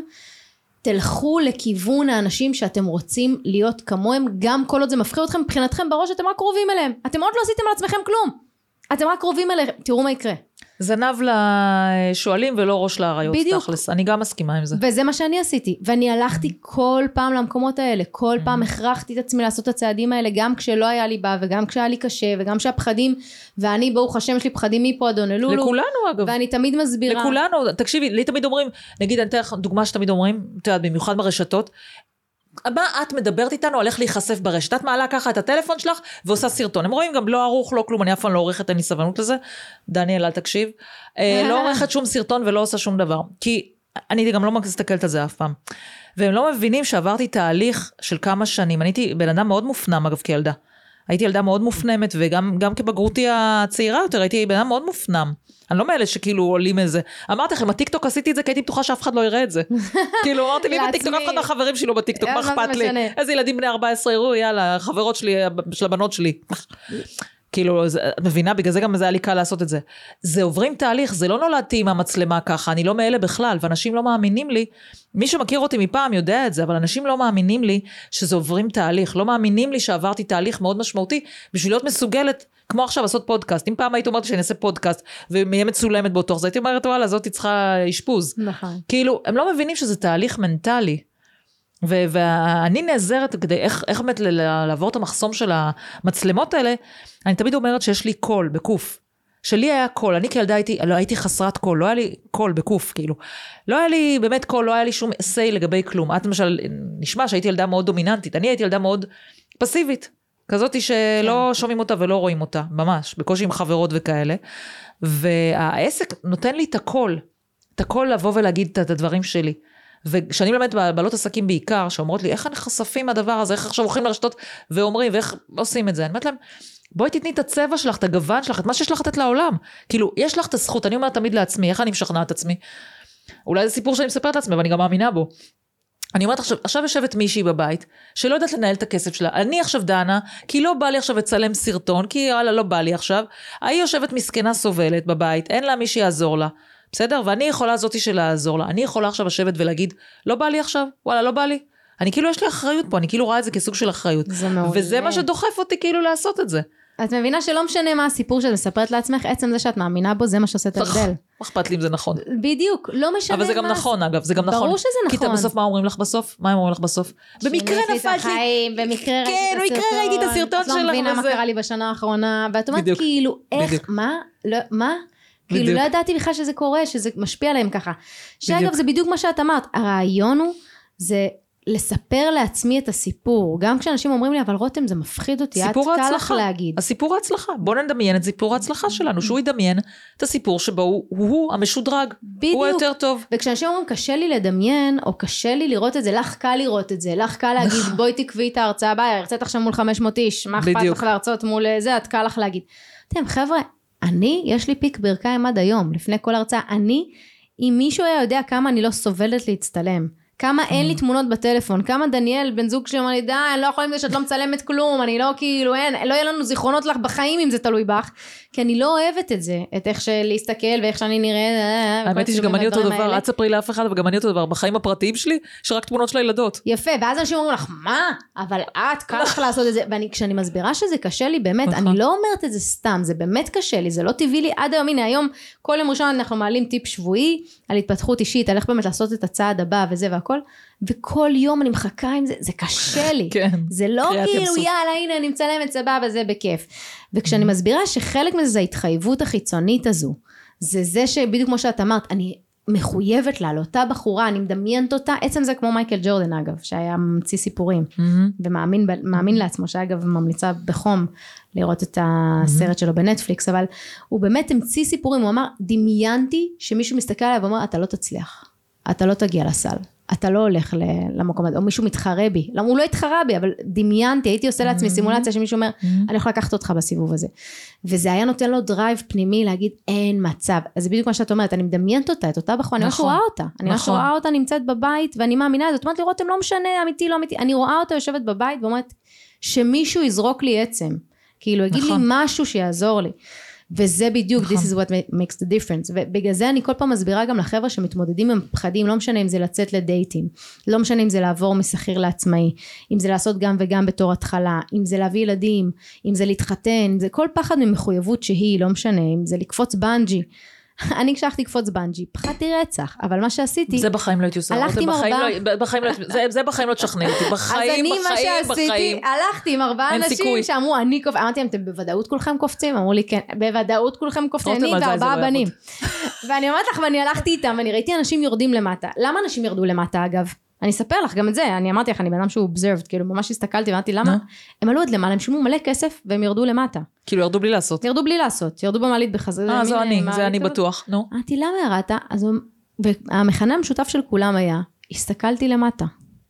תלכו לכיוון האנשים שאתם רוצים להיות כמוהם, גם כל עוד זה מפחיד אתכם, מבחינתכם בראש אתם רק קרובים אליהם, אתם עוד לא עשיתם על עצמכם כלום, אתם רק קרובים אליהם, תראו מה יקרה. זנב לשואלים ולא ראש לאריות, תכלס, אני גם מסכימה עם זה. וזה מה שאני עשיתי, ואני הלכתי כל פעם למקומות האלה, כל פעם הכרחתי את עצמי לעשות את הצעדים האלה, גם כשלא היה לי בא, וגם כשהיה לי קשה, וגם כשהפחדים, ואני ברוך השם יש לי פחדים מפה אדון אלולו. לכולנו אגב. ואני תמיד מסבירה. לכולנו, תקשיבי, לי תמיד אומרים, נגיד אני אתן לך דוגמה שתמיד אומרים, אתה יודעת, במיוחד ברשתות, מה את מדברת איתנו על איך להיחשף ברשת? את מעלה ככה את הטלפון שלך ועושה סרטון. הם רואים גם לא ערוך, לא כלום, אני אף פעם לא עורכת, אין לי סבלנות לזה. דניאל, אל תקשיב. לא עורכת שום סרטון ולא עושה שום דבר. כי אני גם לא מסתכלת על זה אף פעם. והם לא מבינים שעברתי תהליך של כמה שנים. אני הייתי בן אדם מאוד מופנם, אגב, כילדה. הייתי ילדה מאוד מופנמת, וגם גם כבגרותי הצעירה יותר, הייתי בן אדם מאוד מופנם. אני לא מאלה שכאילו עולים איזה, אמרתי לכם, הטיקטוק עשיתי את זה, כי הייתי בטוחה שאף אחד לא יראה את זה. כאילו אמרתי לי, בטיקטוק, אף אחד מהחברים שלי לא בטיקטוק, מה אכפת לי? איזה ילדים בני ארבע עשרה יראו, יאללה, חברות שלי, של הבנות שלי. כאילו, את מבינה, בגלל זה גם זה היה לי קל לעשות את זה. זה עוברים תהליך, זה לא נולדתי עם המצלמה ככה, אני לא מאלה בכלל, ואנשים לא מאמינים לי, מי שמכיר אותי מפעם יודע את זה, אבל אנשים לא מאמינים לי שזה עוברים תהליך, לא מאמינים לי שעברתי תהליך מאוד משמעותי, בשביל להיות מסוגלת, כמו עכשיו לעשות פודקאסט, אם פעם היית אומרת שאני אעשה פודקאסט, ומהיה מצולמת באותו, אז הייתי אומרת, וואלה, זאת צריכה אשפוז. נכון. כאילו, הם לא מבינים שזה תהליך מנטלי, ו- ואני נעזרת כדי איך, איך באמת לעבור את המחסום של המצלמות האלה, אני תמיד אומרת שיש לי קול בקוף, שלי היה קול, אני כילדה הייתי, לא הייתי חסרת קול, לא היה לי קול בקוף, כאילו, לא היה לי באמת קול, לא היה לי שום אסי לגבי כלום, את למשל, נשמע שהייתי ילדה מאוד דומיננטית, אני הייתי ילדה מאוד פסיבית, כזאת שלא כן. שומעים אותה ולא רואים אותה, ממש, בקושי עם חברות וכאלה, והעסק נותן לי את הקול, את הקול לבוא ולהגיד את הדברים שלי, וכשאני מלמדת בעלות עסקים בעיקר, שאומרות לי, איך אני חשפים מהדבר הזה, איך עכשיו הולכים לרשתות ואומרים, ואיך עושים את זה, אני אומרת להם, בואי תתני את הצבע שלך, את הגוון שלך, את מה שיש לך לתת לעולם, כאילו, יש לך את הזכות, אני אומרת תמיד לעצמי, איך אני משכנע את עצמי, אולי זה סיפור שאני מספרת לעצמי, ואני גם מאמינה בו, אני אומרת עכשיו, עכשיו יושבת מישהי בבית, שלא יודעת לנהל את הכסף שלה, אני עכשיו דנה, כי לא בא לי עכשיו לצלם סרטון, כי יאללה לא בא לי עכשיו, היא יושבת מסכנה סובלת בבית, אין לה מי שיעזור לה, בסדר? ואני יכולה זאתי של לעזור לה, אני יכולה עכשיו לשבת ולהגיד, לא בא לי עכשיו, וואלה לא בא לי, אני כאילו יש לי אחריות פה, אני כאילו רואה את זה כסוג של אחריות, וזה מה שדוחף אותי כאילו לעשות את זה. את מבינה שלא משנה מה הסיפור שאת מספרת לעצמך, עצם זה שאת מאמינה בו, זה מה שעושה את ההבדל. מה אכפת לי אם זה נכון? בדיוק, לא משנה מה. אבל זה גם נכון אגב, זה גם נכון. ברור שזה נכון. כי בסוף מה אומרים לך בסוף? מה הם אומרים לך בסוף? במקרה נפלתי. במקרה ראיתי את הסרטון שלך. את לא מבינה מה קרה לי בשנה האחרונה, ואת אומרת כאילו, איך, מה? מה? כאילו לא ידעתי בכלל שזה קורה, שזה משפיע עליהם ככה. שאגב זה בדיוק מה שאת אמרת, הרעיון הוא, זה לספר לעצמי את הסיפור, גם כשאנשים אומרים לי, אבל רותם זה מפחיד אותי, את קל לך להגיד. הסיפור ההצלחה, בוא נדמיין את סיפור ההצלחה שלנו, שהוא ידמיין את הסיפור שבו הוא, הוא המשודרג, הוא יותר טוב. וכשאנשים אומרים, קשה לי לדמיין, או קשה לי לראות את זה, לך קל לראות את זה, לך קל להגיד, בואי תקווי את ההרצאה הבאה, הרצאת עכשיו מול חמש מאות איש, מה אכפת לך להרצות מול זה, את קל לך להגיד. אתם חבר'ה, אני, יש לי פיק ברכיים עד היום, לפני כל הרצאה, אני, אם מישהו היה יודע כמה אני לא סובלת להצטלם, כמה אין לי תמונות בטלפון, כמה דניאל, בן זוג שלי, אמר לי, די, אני לא יכולה עם זה שאת לא מצלמת כלום, אני לא כאילו, אין, לא יהיה לנו זיכרונות לך בחיים אם זה תלוי בך, כי אני לא אוהבת את זה, את איך להסתכל ואיך שאני נראית. האמת היא שגם אני אותו דבר, את ספרי לאף אחד, וגם אני אותו דבר, בחיים הפרטיים שלי, שרק תמונות של הילדות. יפה, ואז אנשים אומרים לך, מה? אבל את, קל לך לעשות את זה, וכשאני מסבירה שזה קשה לי, באמת, אני לא אומרת את זה סתם, זה באמת קשה לי, זה לא טבעי לי עד היום, הנה היום, כל יום ראשון אנחנו מעלים טיפ שבועי על התפתחות אישית, על איך באמת לעשות את הצעד הבא וזה והכל, וכל יום אני מחכה עם זה, זה קשה לי. כן. זה לא כאילו, יאללה, הנה, אני מצלמת סבבה, זה בכיף. וכשאני מסבירה שחלק מזה זה ההתחייבות החיצונית הזו, זה זה שבדיוק כמו שאת אמרת, אני מחויבת לה, לאותה בחורה, אני מדמיינת אותה, עצם זה כמו מייקל ג'ורדן אגב, שהיה ממציא סיפורים, ומאמין מאמין לעצמו, שאגב ממליצה בחום לראות את הסרט שלו בנטפליקס, אבל הוא באמת המציא סיפורים, הוא אמר, דמיינתי שמישהו מסתכל עליו ואומר, אתה לא תצליח, אתה לא תגיע לסל, אתה לא הולך למקום הזה, או מישהו מתחרה בי, למה הוא לא התחרה בי, אבל דמיינתי, הייתי עושה לעצמי סימולציה, שמישהו אומר, אני יכול לקחת אותך בסיבוב הזה, וזה היה נותן לו דרייב פנימי, להגיד, אין מצב, אז זה בדיוק מה שאת אומרת, אני מדמיינת אותה, את אותה בחורה, אני ממש רואה אותה, אני ממש רואה אותה נמצאת בבית, ואני מאמינה, זאת אומרת, לראות, הם לא משנה, אמיתי, לא אמיתי, אני רואה אותה יושבת בבית, ואומרת, שמישהו יזרוק לי עצם, כאילו, יגיד לי משהו שיעזור לי, וזה בדיוק, this is what makes the difference, ובגלל זה אני כל פעם מסבירה גם לחבר'ה שמתמודדים עם פחדים, לא משנה אם זה לצאת לדייטים, לא משנה אם זה לעבור משכיר לעצמאי, אם זה לעשות גם וגם בתור התחלה, אם זה להביא ילדים, אם זה להתחתן, זה כל פחד ממחויבות שהיא, לא משנה, אם זה לקפוץ בנג'י, אני כשהלכתי לקפוץ בנג'י, פחדתי רצח, אבל מה שעשיתי, זה בחיים לא הייתי עושה, הלכתי עם ארבעה, זה בחיים לא תשכנע אותי, בחיים, בחיים, בחיים. הלכתי עם ארבעה אנשים שאמרו, אני קופץ, אמרתי להם, אתם בוודאות כולכם קופצים? אמרו לי, כן, בוודאות כולכם קופצים, אני וארבעה בנים. ואני אומרת לך, ואני הלכתי איתם, ואני ראיתי אנשים יורדים למטה. למה אנשים ירדו למטה, אגב? אני אספר לך גם את זה, אני אמרתי לך, אני בן אדם שהוא observed, כאילו ממש הסתכלתי ואמרתי, למה? הם עלו עד למעלה, הם שילמו מלא כסף, והם ירדו למטה. כאילו ירדו בלי לעשות. ירדו בלי לעשות, ירדו במעלית בחזרה. אה, זו אני, זה אני בטוח, נו. אמרתי, למה ירדת? והמכנה המשותף של כולם היה, הסתכלתי למטה.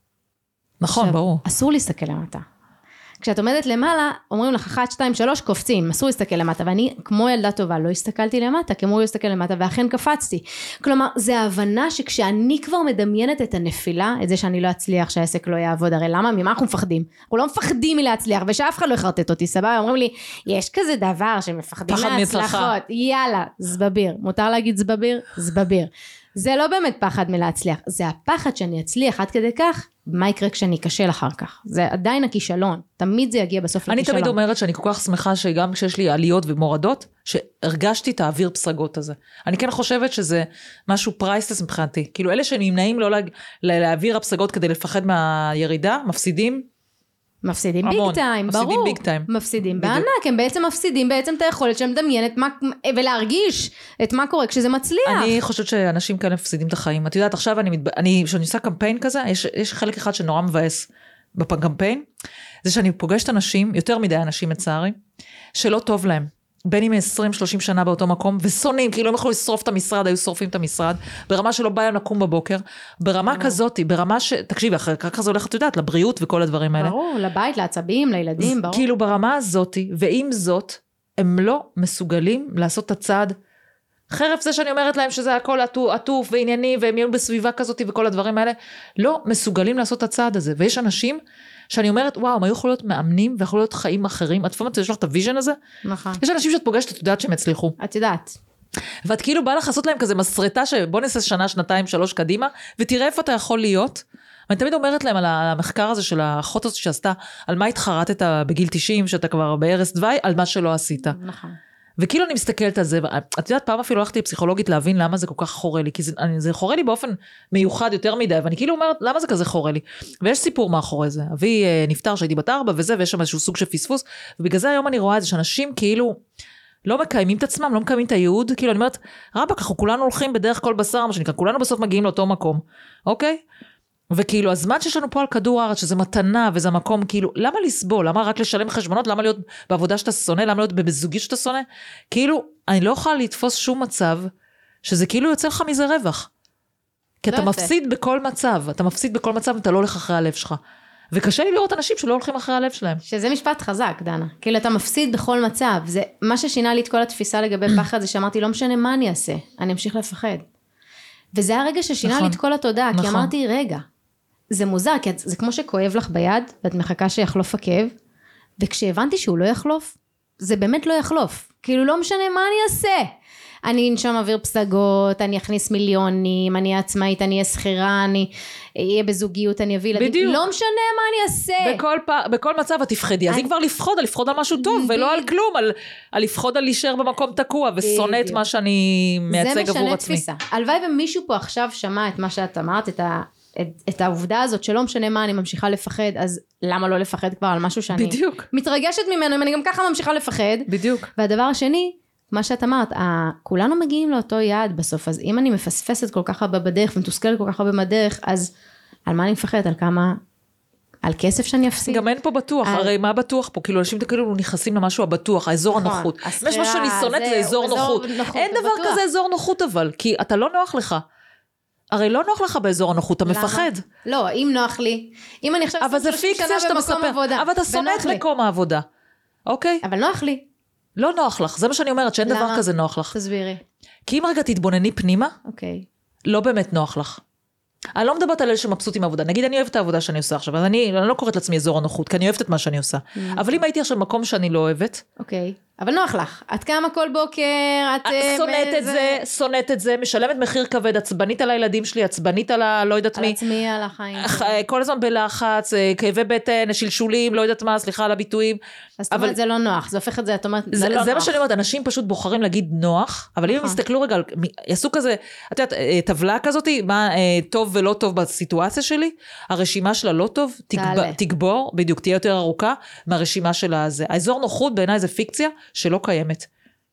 נכון, ברור. אסור להסתכל למטה. כשאת עומדת למעלה, אומרים לך, אחת, שתיים, שלוש, קופצים, אסור להסתכל למטה, ואני, כמו ילדה טובה, לא הסתכלתי למטה, כמו להסתכל למטה, ואכן קפצתי. כלומר, זה ההבנה שכשאני כבר מדמיינת את הנפילה, את זה שאני לא אצליח, שהעסק לא יעבוד, הרי למה? ממה אנחנו מפחדים? אנחנו לא מפחדים מלהצליח, ושאף אחד לא יחרטט אותי, סבבה? אומרים לי, יש כזה דבר שמפחדים מהצלחות, יאללה, זבביר. מותר להגיד זבביר? זבביר. זה לא באמת פחד מלהצליח, זה הפחד שאני אצליח עד כדי כך, מה יקרה כשאני אכשל אחר כך? זה עדיין הכישלון, תמיד זה יגיע בסוף לכישלון. אני תמיד אומרת שאני כל כך שמחה שגם כשיש לי עליות ומורדות, שהרגשתי את האוויר פסגות הזה. אני כן חושבת שזה משהו פרייסלס מבחינתי, כאילו אלה שנמנעים לא להעביר הפסגות כדי לפחד מהירידה, מפסידים, מפסידים ביג טיים, ברור. מפסידים ביג טיים. מפסידים בענק, הם בעצם מפסידים בעצם את היכולת שהם מדמיין את מה, ולהרגיש את מה קורה כשזה מצליח. אני חושבת שאנשים כאלה מפסידים את החיים. את יודעת, עכשיו אני, אני, כשאני עושה קמפיין כזה, יש, יש חלק אחד שנורא מבאס בקמפיין, זה שאני פוגשת אנשים, יותר מדי אנשים מצערי, שלא טוב להם. בין אם עשרים שלושים שנה באותו מקום, ושונאים, כאילו הם יכולו לשרוף את המשרד, היו שורפים את המשרד, ברמה שלא בא להם לקום בבוקר, ברמה כזאת, ברמה ש... תקשיבי, אחר כך זה הולך, את יודעת, לבריאות וכל הדברים האלה. ברור, לבית, לעצבים, לילדים, ברור. כאילו ברמה הזאת, ועם זאת, הם לא מסוגלים לעשות את הצעד, חרף זה שאני אומרת להם שזה הכל עטוף וענייני, והם יהיו בסביבה כזאת וכל הדברים האלה, לא מסוגלים לעשות את הצעד הזה, ויש אנשים שאני אומרת, וואו, הם היו יכולים להיות מאמנים, ויכולים להיות חיים אחרים, את פעם יש לך את הוויז'ן הזה? נכון. יש אנשים שאת פוגשת, את יודעת שהם הצליחו. את יודעת. ואת כאילו באה לך לעשות להם כזה מסרטה, שבוא נעשה שנה, שנתיים, שלוש קדימה, ותראה איפה אתה יכול להיות. ואני תמיד אומרת להם על המחקר הזה של האחות הזאת שעשתה, על מה התחרטת בגיל תשעים, שאתה כבר בערש דווי, על מה שלא עשית. נכון. וכאילו אני מסתכלת על זה, את יודעת, פעם אפילו הלכתי לפסיכולוגית להבין למה זה כל כך חורה לי, כי זה, אני, זה חורה לי באופן מיוחד יותר מדי, ואני כאילו אומרת, למה זה כזה חורה לי? ויש סיפור מאחורי זה, אבי נפטר שהייתי בת ארבע וזה, ויש שם איזשהו סוג של פספוס, ובגלל זה היום אני רואה את זה, שאנשים כאילו לא מקיימים את עצמם, לא מקיימים את הייעוד, כאילו אני אומרת, רבק, אנחנו כולנו הולכים בדרך כל בשר, מה שנקרא, כולנו בסוף מגיעים לאותו מקום, אוקיי? וכאילו, הזמן שיש לנו פה על כדור הארץ, שזה מתנה וזה מקום, כאילו, למה לסבול? למה רק לשלם חשבונות? למה להיות בעבודה שאתה שונא? למה להיות בזוגיות שאתה שונא? כאילו, אני לא יכולה לתפוס שום מצב, שזה כאילו יוצא לך מזה רווח. כי אתה מפסיד בכל מצב, אתה מפסיד בכל מצב, אתה לא הולך אחרי הלב שלך. וקשה לי לראות אנשים שלא הולכים אחרי הלב שלהם. שזה משפט חזק, דנה. כאילו, אתה מפסיד בכל מצב. זה, מה ששינה לי את כל התפיסה לגבי פחד, זה שאמרתי, לא משנה מה אני אעשה, אני אמשיך לפחד. וזה הרגע ששינה לי את כל התודעה, כי אמרתי, רגע, זה מוזר, כי זה כמו שכואב לך ביד, ואת מחכה שיחלוף הכאב, וכשהבנתי שהוא לא יחלוף, זה באמת לא יחלוף. כאילו לא משנה מה אני אעשה. אני אנשום אוויר פסגות, אני אכניס מיליונים, אני עצמאית, אני אהיה שכירה, אני אהיה בזוגיות, אני אביא ילדים. בדיוק. לא משנה מה אני אעשה. בכל, פ... בכל מצב את תפחדי, אז היא כבר לפחוד, על לפחוד על משהו טוב, ולא על כלום, על, על לפחוד על להישאר במקום תקוע, ושונא את מה שאני מייצג עבור עצמי. תפיסה. הלוואי ומישהו פה עכשיו שמע את מה שאת אמרת, את ה... את, את העובדה הזאת שלא משנה מה אני ממשיכה לפחד, אז למה לא לפחד כבר על משהו שאני בדיוק. מתרגשת ממנו, אם אני גם ככה ממשיכה לפחד. בדיוק. והדבר השני, מה שאת אמרת, כולנו מגיעים לאותו יעד בסוף, אז אם אני מפספסת כל כך הרבה בדרך, ומתוסכלת כל כך הרבה בדרך, אז על מה אני מפחדת? על כמה, על כסף שאני אפסיד? גם אין פה בטוח, על... הרי מה בטוח פה? כאילו אנשים כאילו נכנסים למשהו הבטוח, האזור נכון, הנוחות. הסחירה, יש משהו שאני שונאת, זה, זה אזור נוחות. נוחות. אין דבר בטוח. כזה אזור נוחות אבל, כי אתה לא נוח לך. הרי לא נוח לך באזור הנוחות, אתה מפחד. לא, אם נוח לי, אם אני עכשיו אבל זה פיקציה שאתה מספר, אבל אתה שונא את מקום העבודה, אוקיי? אבל נוח לי. לא נוח לך, זה מה שאני אומרת, שאין דבר כזה נוח לך. תסבירי. כי אם רגע תתבונני פנימה, אוקיי. לא באמת נוח לך. אני לא מדברת על אלה שמבסוט עם העבודה, נגיד אני אוהבת את העבודה שאני עושה עכשיו, אז אני, אני לא קוראת לעצמי אזור הנוחות, כי אני אוהבת את מה שאני עושה. אבל אם הייתי עכשיו במקום שאני לא אוהבת, אוקיי, אבל נוח לך, את קמה כל בוקר, את שונאת את זה, שונאת את זה, משלמת מחיר כבד, עצבנית על הילדים שלי, עצבנית על ה... לא יודעת מי. על עצמי, על החיים. כל הזמן בלחץ, כאבי בטן, שלשולים, לא יודעת מה, סליחה על הביטויים. אז זאת אומרת, זה לא נוח, זה הופך את זה, את אומרת, זה לא נוח. זה מה שאני אומרת, אנשים פשוט בוחרים להגיד נוח, אבל אם הם יסתכלו רגע, יעשו כזה, את יודעת, טבלה כזאת, מה טוב ולא טוב בסיטואציה שלי, הרשימה שלה לא טוב, תגבור, בדיוק, תהיה יותר ארוכה, מהרשימה שלה הזה. האזור נוחות בעיניי זה פיקציה שלא קיימת.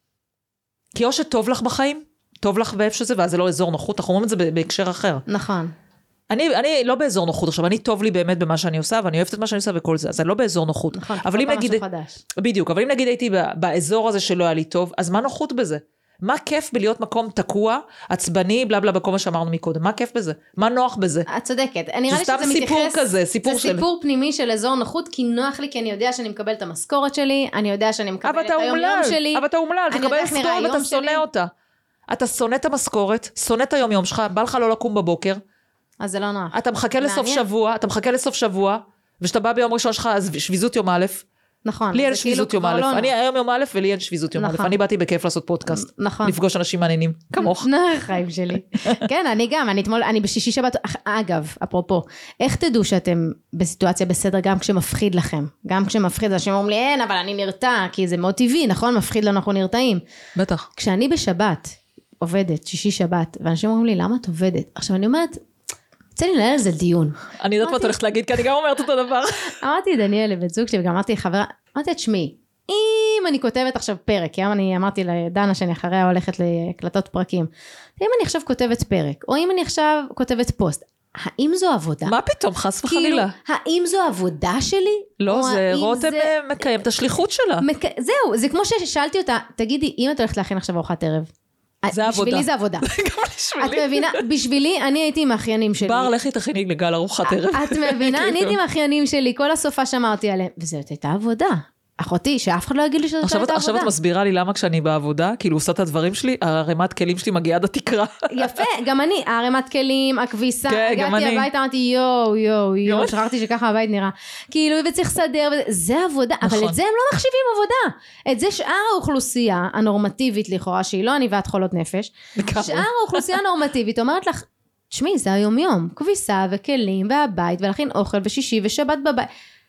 כי או שטוב לך בחיים, טוב לך באיפה שזה, ואז זה לא אזור נוחות, אנחנו אומרים את זה בהקשר אחר. נכון. אני, אני לא באזור נוחות עכשיו, אני טוב לי באמת במה שאני עושה, ואני אוהבת את מה שאני עושה וכל זה, אז אני לא באזור נוחות. נכון, אבל אם נגיד, בדיוק, אבל אם נגיד הייתי באזור הזה שלא היה לי טוב, אז מה נוחות בזה? מה כיף בלהיות מקום תקוע, עצבני, בלה בלה, בכל מה שאמרנו מקודם, מה כיף בזה? מה נוח בזה? את צודקת, נראה לי שזה מתייחס, סיפור כזה, סיפור זה של... סיפור פנימי של אזור נוחות, כי נוח לי, כי אני יודע שאני מקבל את המשכורת שלי, אני יודע שאני מקבל את היום יום שלי. אבל אתה אומלל, אתה מקבל משכורת ואתה שונא אותה. אתה שונא את המשכורת, שונא את היום יום שלך, בא לך לא לקום בבוקר. אז זה לא נוח. אתה מחכה לסוף שבוע, אתה מחכה לסוף שבוע, ושאתה בא ביום ראשון שלך, אז שביזות יום א', נכון. לי אין שביזות יום א', אני היום יום א' ולי אין שביזות יום א', אני באתי בכיף לעשות פודקאסט, לפגוש אנשים מעניינים, כמוך. חיים שלי. כן, אני גם, אני אתמול, אני בשישי שבת, אגב, אפרופו, איך תדעו שאתם בסיטואציה בסדר גם כשמפחיד לכם? גם כשמפחיד, אנשים אומרים לי, אין, אבל אני נרתע, כי זה מאוד טבעי, נכון? מפחיד לנו, אנחנו נרתעים. בטח. כשאני בשבת עובדת, שישי שבת, ואנשים אומרים לי, למה את עובדת? עכשיו אני אומרת, רוצה לי לנהל על זה דיון. אני יודעת מה את הולכת להגיד, כי אני גם אומרת אותו דבר. אמרתי דניאל לבית זוג שלי, וגם אמרתי חברה, אמרתי את שמי, אם אני כותבת עכשיו פרק, כי אני אמרתי לדנה שאני אחריה הולכת להקלטות פרקים, אם אני עכשיו כותבת פרק, או אם אני עכשיו כותבת פוסט, האם זו עבודה? מה פתאום, חס וחלילה? האם זו עבודה שלי? לא, זה רותם מקיים את השליחות שלה. זהו, זה כמו ששאלתי אותה, תגידי, אם את הולכת להכין עכשיו ארוחת ערב, זה עבודה. בשבילי זה עבודה. את מבינה, בשבילי, אני הייתי עם האחיינים שלי. בר, לכי תכיני לגל ארוחת ערב. את מבינה, אני הייתי עם האחיינים שלי, כל הסופה שמרתי עליהם, וזאת הייתה עבודה. אחותי, שאף אחד לא יגיד לי שזאת הייתה עבודה. עכשיו את מסבירה לי למה כשאני בעבודה, כאילו עושה את הדברים שלי, הרמת כלים שלי מגיעה עד התקרה. יפה, גם אני, הרמת כלים, הכביסה, הגעתי הביתה, אמרתי יואו, יואו, יואו, שכחתי שככה הבית נראה. כאילו, וצריך לסדר, זה עבודה, אבל את זה הם לא מחשיבים עבודה. את זה שאר האוכלוסייה הנורמטיבית לכאורה, שהיא לא אני ואת חולות נפש, שאר האוכלוסייה הנורמטיבית אומרת לך, תשמעי, זה היום יום, כביסה וכלים והבית, ולהכין אוכל ושישי ושבת בבית.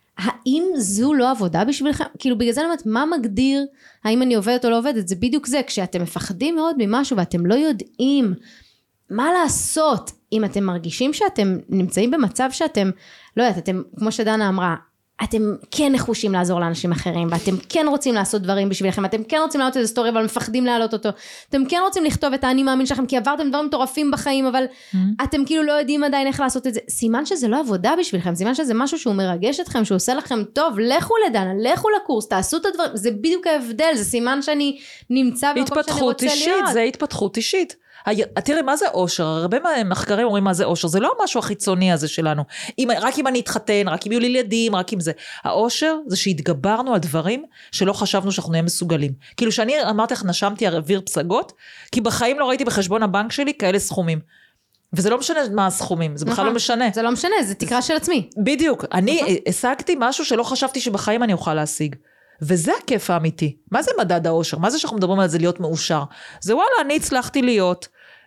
האם זו לא עבודה בשבילכם? כאילו בגלל זה אני אומרת, מה מגדיר האם אני עובדת או לא עובדת? זה בדיוק זה, כשאתם מפחדים מאוד ממשהו ואתם לא יודעים מה לעשות, אם אתם מרגישים שאתם נמצאים במצב שאתם, לא יודעת, אתם, כמו שדנה אמרה, אתם כן נחושים לעזור לאנשים אחרים, ואתם כן רוצים לעשות דברים בשבילכם, אתם כן רוצים להעלות איזה סטורי, אבל מפחדים להעלות אותו, אתם כן רוצים לכתוב את האני מאמין שלכם, כי עברתם דברים מטורפים בחיים, אבל mm-hmm. אתם כאילו לא יודעים עדיין איך לעשות את זה, סימן שזה לא עבודה בשבילכם, סימן שזה משהו שהוא מרגש אתכם, שהוא עושה לכם טוב, לכו לדנה, לכו לקורס, תעשו את הדברים, זה בדיוק ההבדל, זה סימן שאני נמצא במקום שאני רוצה אישית, להיות. זה התפתחות אישית. תראי, מה זה אושר? הרבה מחקרים אומרים מה זה אושר, זה לא המשהו החיצוני הזה שלנו, אם, רק אם אני אתחתן, רק אם יהיו לי ילדים, רק אם זה, האושר זה שהתגברנו על דברים שלא חשבנו שאנחנו נהיה מסוגלים, כאילו שאני אמרתי לך, נשמתי אוויר פסגות, כי בחיים לא ראיתי בחשבון הבנק שלי כאלה סכומים, וזה לא משנה מה הסכומים, זה בכלל לא משנה. זה לא משנה, זה תקרה של עצמי. בדיוק, אני השגתי משהו שלא חשבתי שבחיים אני אוכל להשיג, וזה הכיף האמיתי. מה זה מדד האושר? מה זה שאנחנו מדברים על זה להיות מאושר? זה וואלה, אני הצלחתי להיות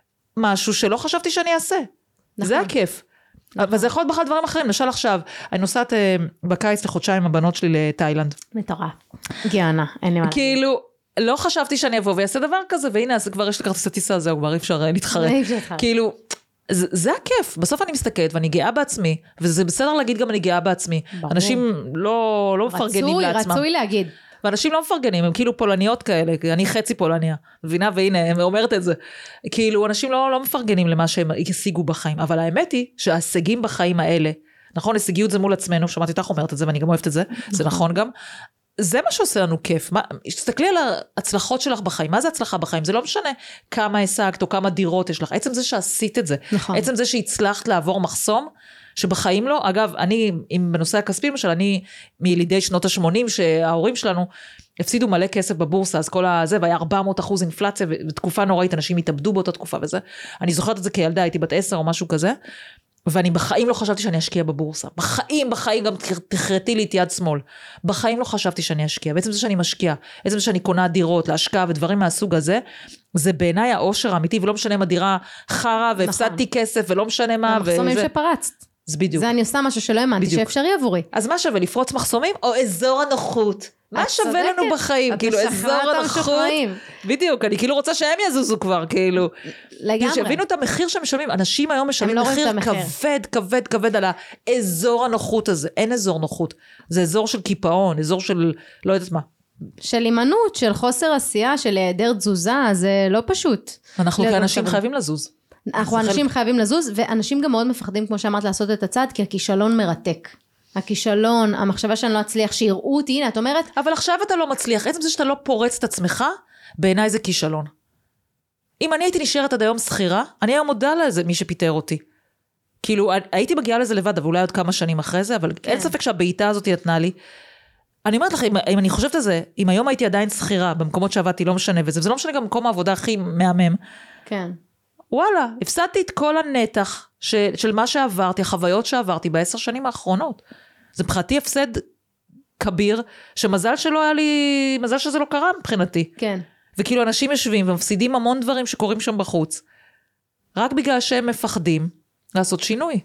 משהו שלא חשבתי שאני אעשה. נכון. זה הכיף. נכון. אבל זה יכול להיות בכלל דברים אחרים. למשל עכשיו, אני נוסעת בקיץ לחודשיים עם הבנות שלי לתאילנד. מטורף. גאונה, אין לי מה. כאילו, לא חשבתי שאני אבוא ויעשה דבר כזה, והנה, אז כבר יש לי כרטיס הטיסה, זהו, כבר אי אפשר להתחרט. כאילו, זה, זה הכיף. בסוף אני מסתכלת ואני גאה בעצמי, וזה בסדר להגיד גם אני גאה בעצמי. ברור. אנשים לא, לא מפרגנים לעצמם. רצוי להגיד. ואנשים לא מפרגנים, הם כאילו פולניות כאלה, אני חצי פולניה, מבינה, והנה, הם אומרת את זה. כאילו, אנשים לא, לא מפרגנים למה שהם השיגו בחיים, אבל האמת היא שההישגים בחיים האלה, נכון, הישגיות זה מול עצמנו, שמעתי אותך אומרת את זה, ואני גם אוהבת את זה, זה נכון גם, זה מה שעושה לנו כיף. מה, תסתכלי על ההצלחות שלך בחיים. מה זה הצלחה בחיים? זה לא משנה כמה השגת או כמה דירות יש לך. עצם זה שעשית את זה. נכון. עצם זה שהצלחת לעבור מחסום, שבחיים לא. אגב, אני, אם בנושא הכספי למשל, אני מילידי שנות ה-שמונים, שההורים שלנו הפסידו מלא כסף בבורסה, אז כל הזה, והיה ארבע מאות אחוז אינפלציה, ותקופה נוראית, אנשים התאבדו באותה תקופה וזה. אני זוכרת את זה כילדה, הייתי בת עשר או משהו כזה, ואני בחיים לא חשבתי שאני אשקיע בבורסה. בחיים, בחיים גם תחרתי לי את יד שמאל. בחיים לא חשבתי שאני אשקיע. בעצם זה שאני משקיע, בעצם זה שאני קונה דירות, להשקעה ודברים מהסוג הזה, זה בעיניי האושר האמיתי, ולא משנה מה דירה חרה, והפסדתי כסף, ולא משנה מה. המחסומים שפרצת. זה בדיוק. זה אני עושה משהו שלא האמנתי שאפשרי עבורי. אז מה שווה, לפרוץ מחסומים או אזור הנוחות? מה שווה לנו בחיים? כאילו, אזור הנוחות. בדיוק, אני כאילו רוצה שהם יזוזו כבר, כאילו. לגמרי. שהבינו את המחיר שהם משלמים. אנשים היום משלמים מחיר כבד, כבד, כבד על האזור הנוחות הזה. אין אזור נוחות. זה אזור של קיפאון, אזור של, לא יודעת מה. של אימנות, של חוסר עשייה, של היעדר תזוזה, זה לא פשוט. אנחנו כאנשים חייבים לזוז. אנחנו אנשים חייבים לזוז, ואנשים גם מאוד מפחדים, כמו שאמרת, לעשות את הצעד, כי הכישלון מרתק. הכישלון, המחשבה שאני לא אצליח, שיראו אותי, הנה, את אומרת... אבל עכשיו אתה לא מצליח, עצם זה שאתה לא פורץ את עצמך, בעיניי זה כישלון. אם אני הייתי נשארת עד היום שכירה, אני היום מודה לזה מי שפיטר אותי. כאילו, הייתי מגיעה לזה לבד, אבל אולי עוד כמה שנים אחרי זה, אבל כן. אין ספק שהבעיטה הזאת נתנה לי. אני אומרת לך, אם, אם אני חושבת על זה, אם היום הייתי עדיין שכירה, במקומות שעבדתי, לא משנה, וזה, וזה לא משנה גם מקום העבודה הכי מהמם. כן. וואלה, הפסדתי את כל הנתח של, של מה שעברתי, החוויות שעברתי בעשר שנים האחרונות. זה מבחינתי הפסד כביר, שמזל שלא היה לי, מזל שזה לא קרה מבחינתי. כן. וכאילו אנשים יושבים ומפסידים המון דברים שקורים שם בחוץ, רק בגלל שהם מפחדים לעשות שינוי.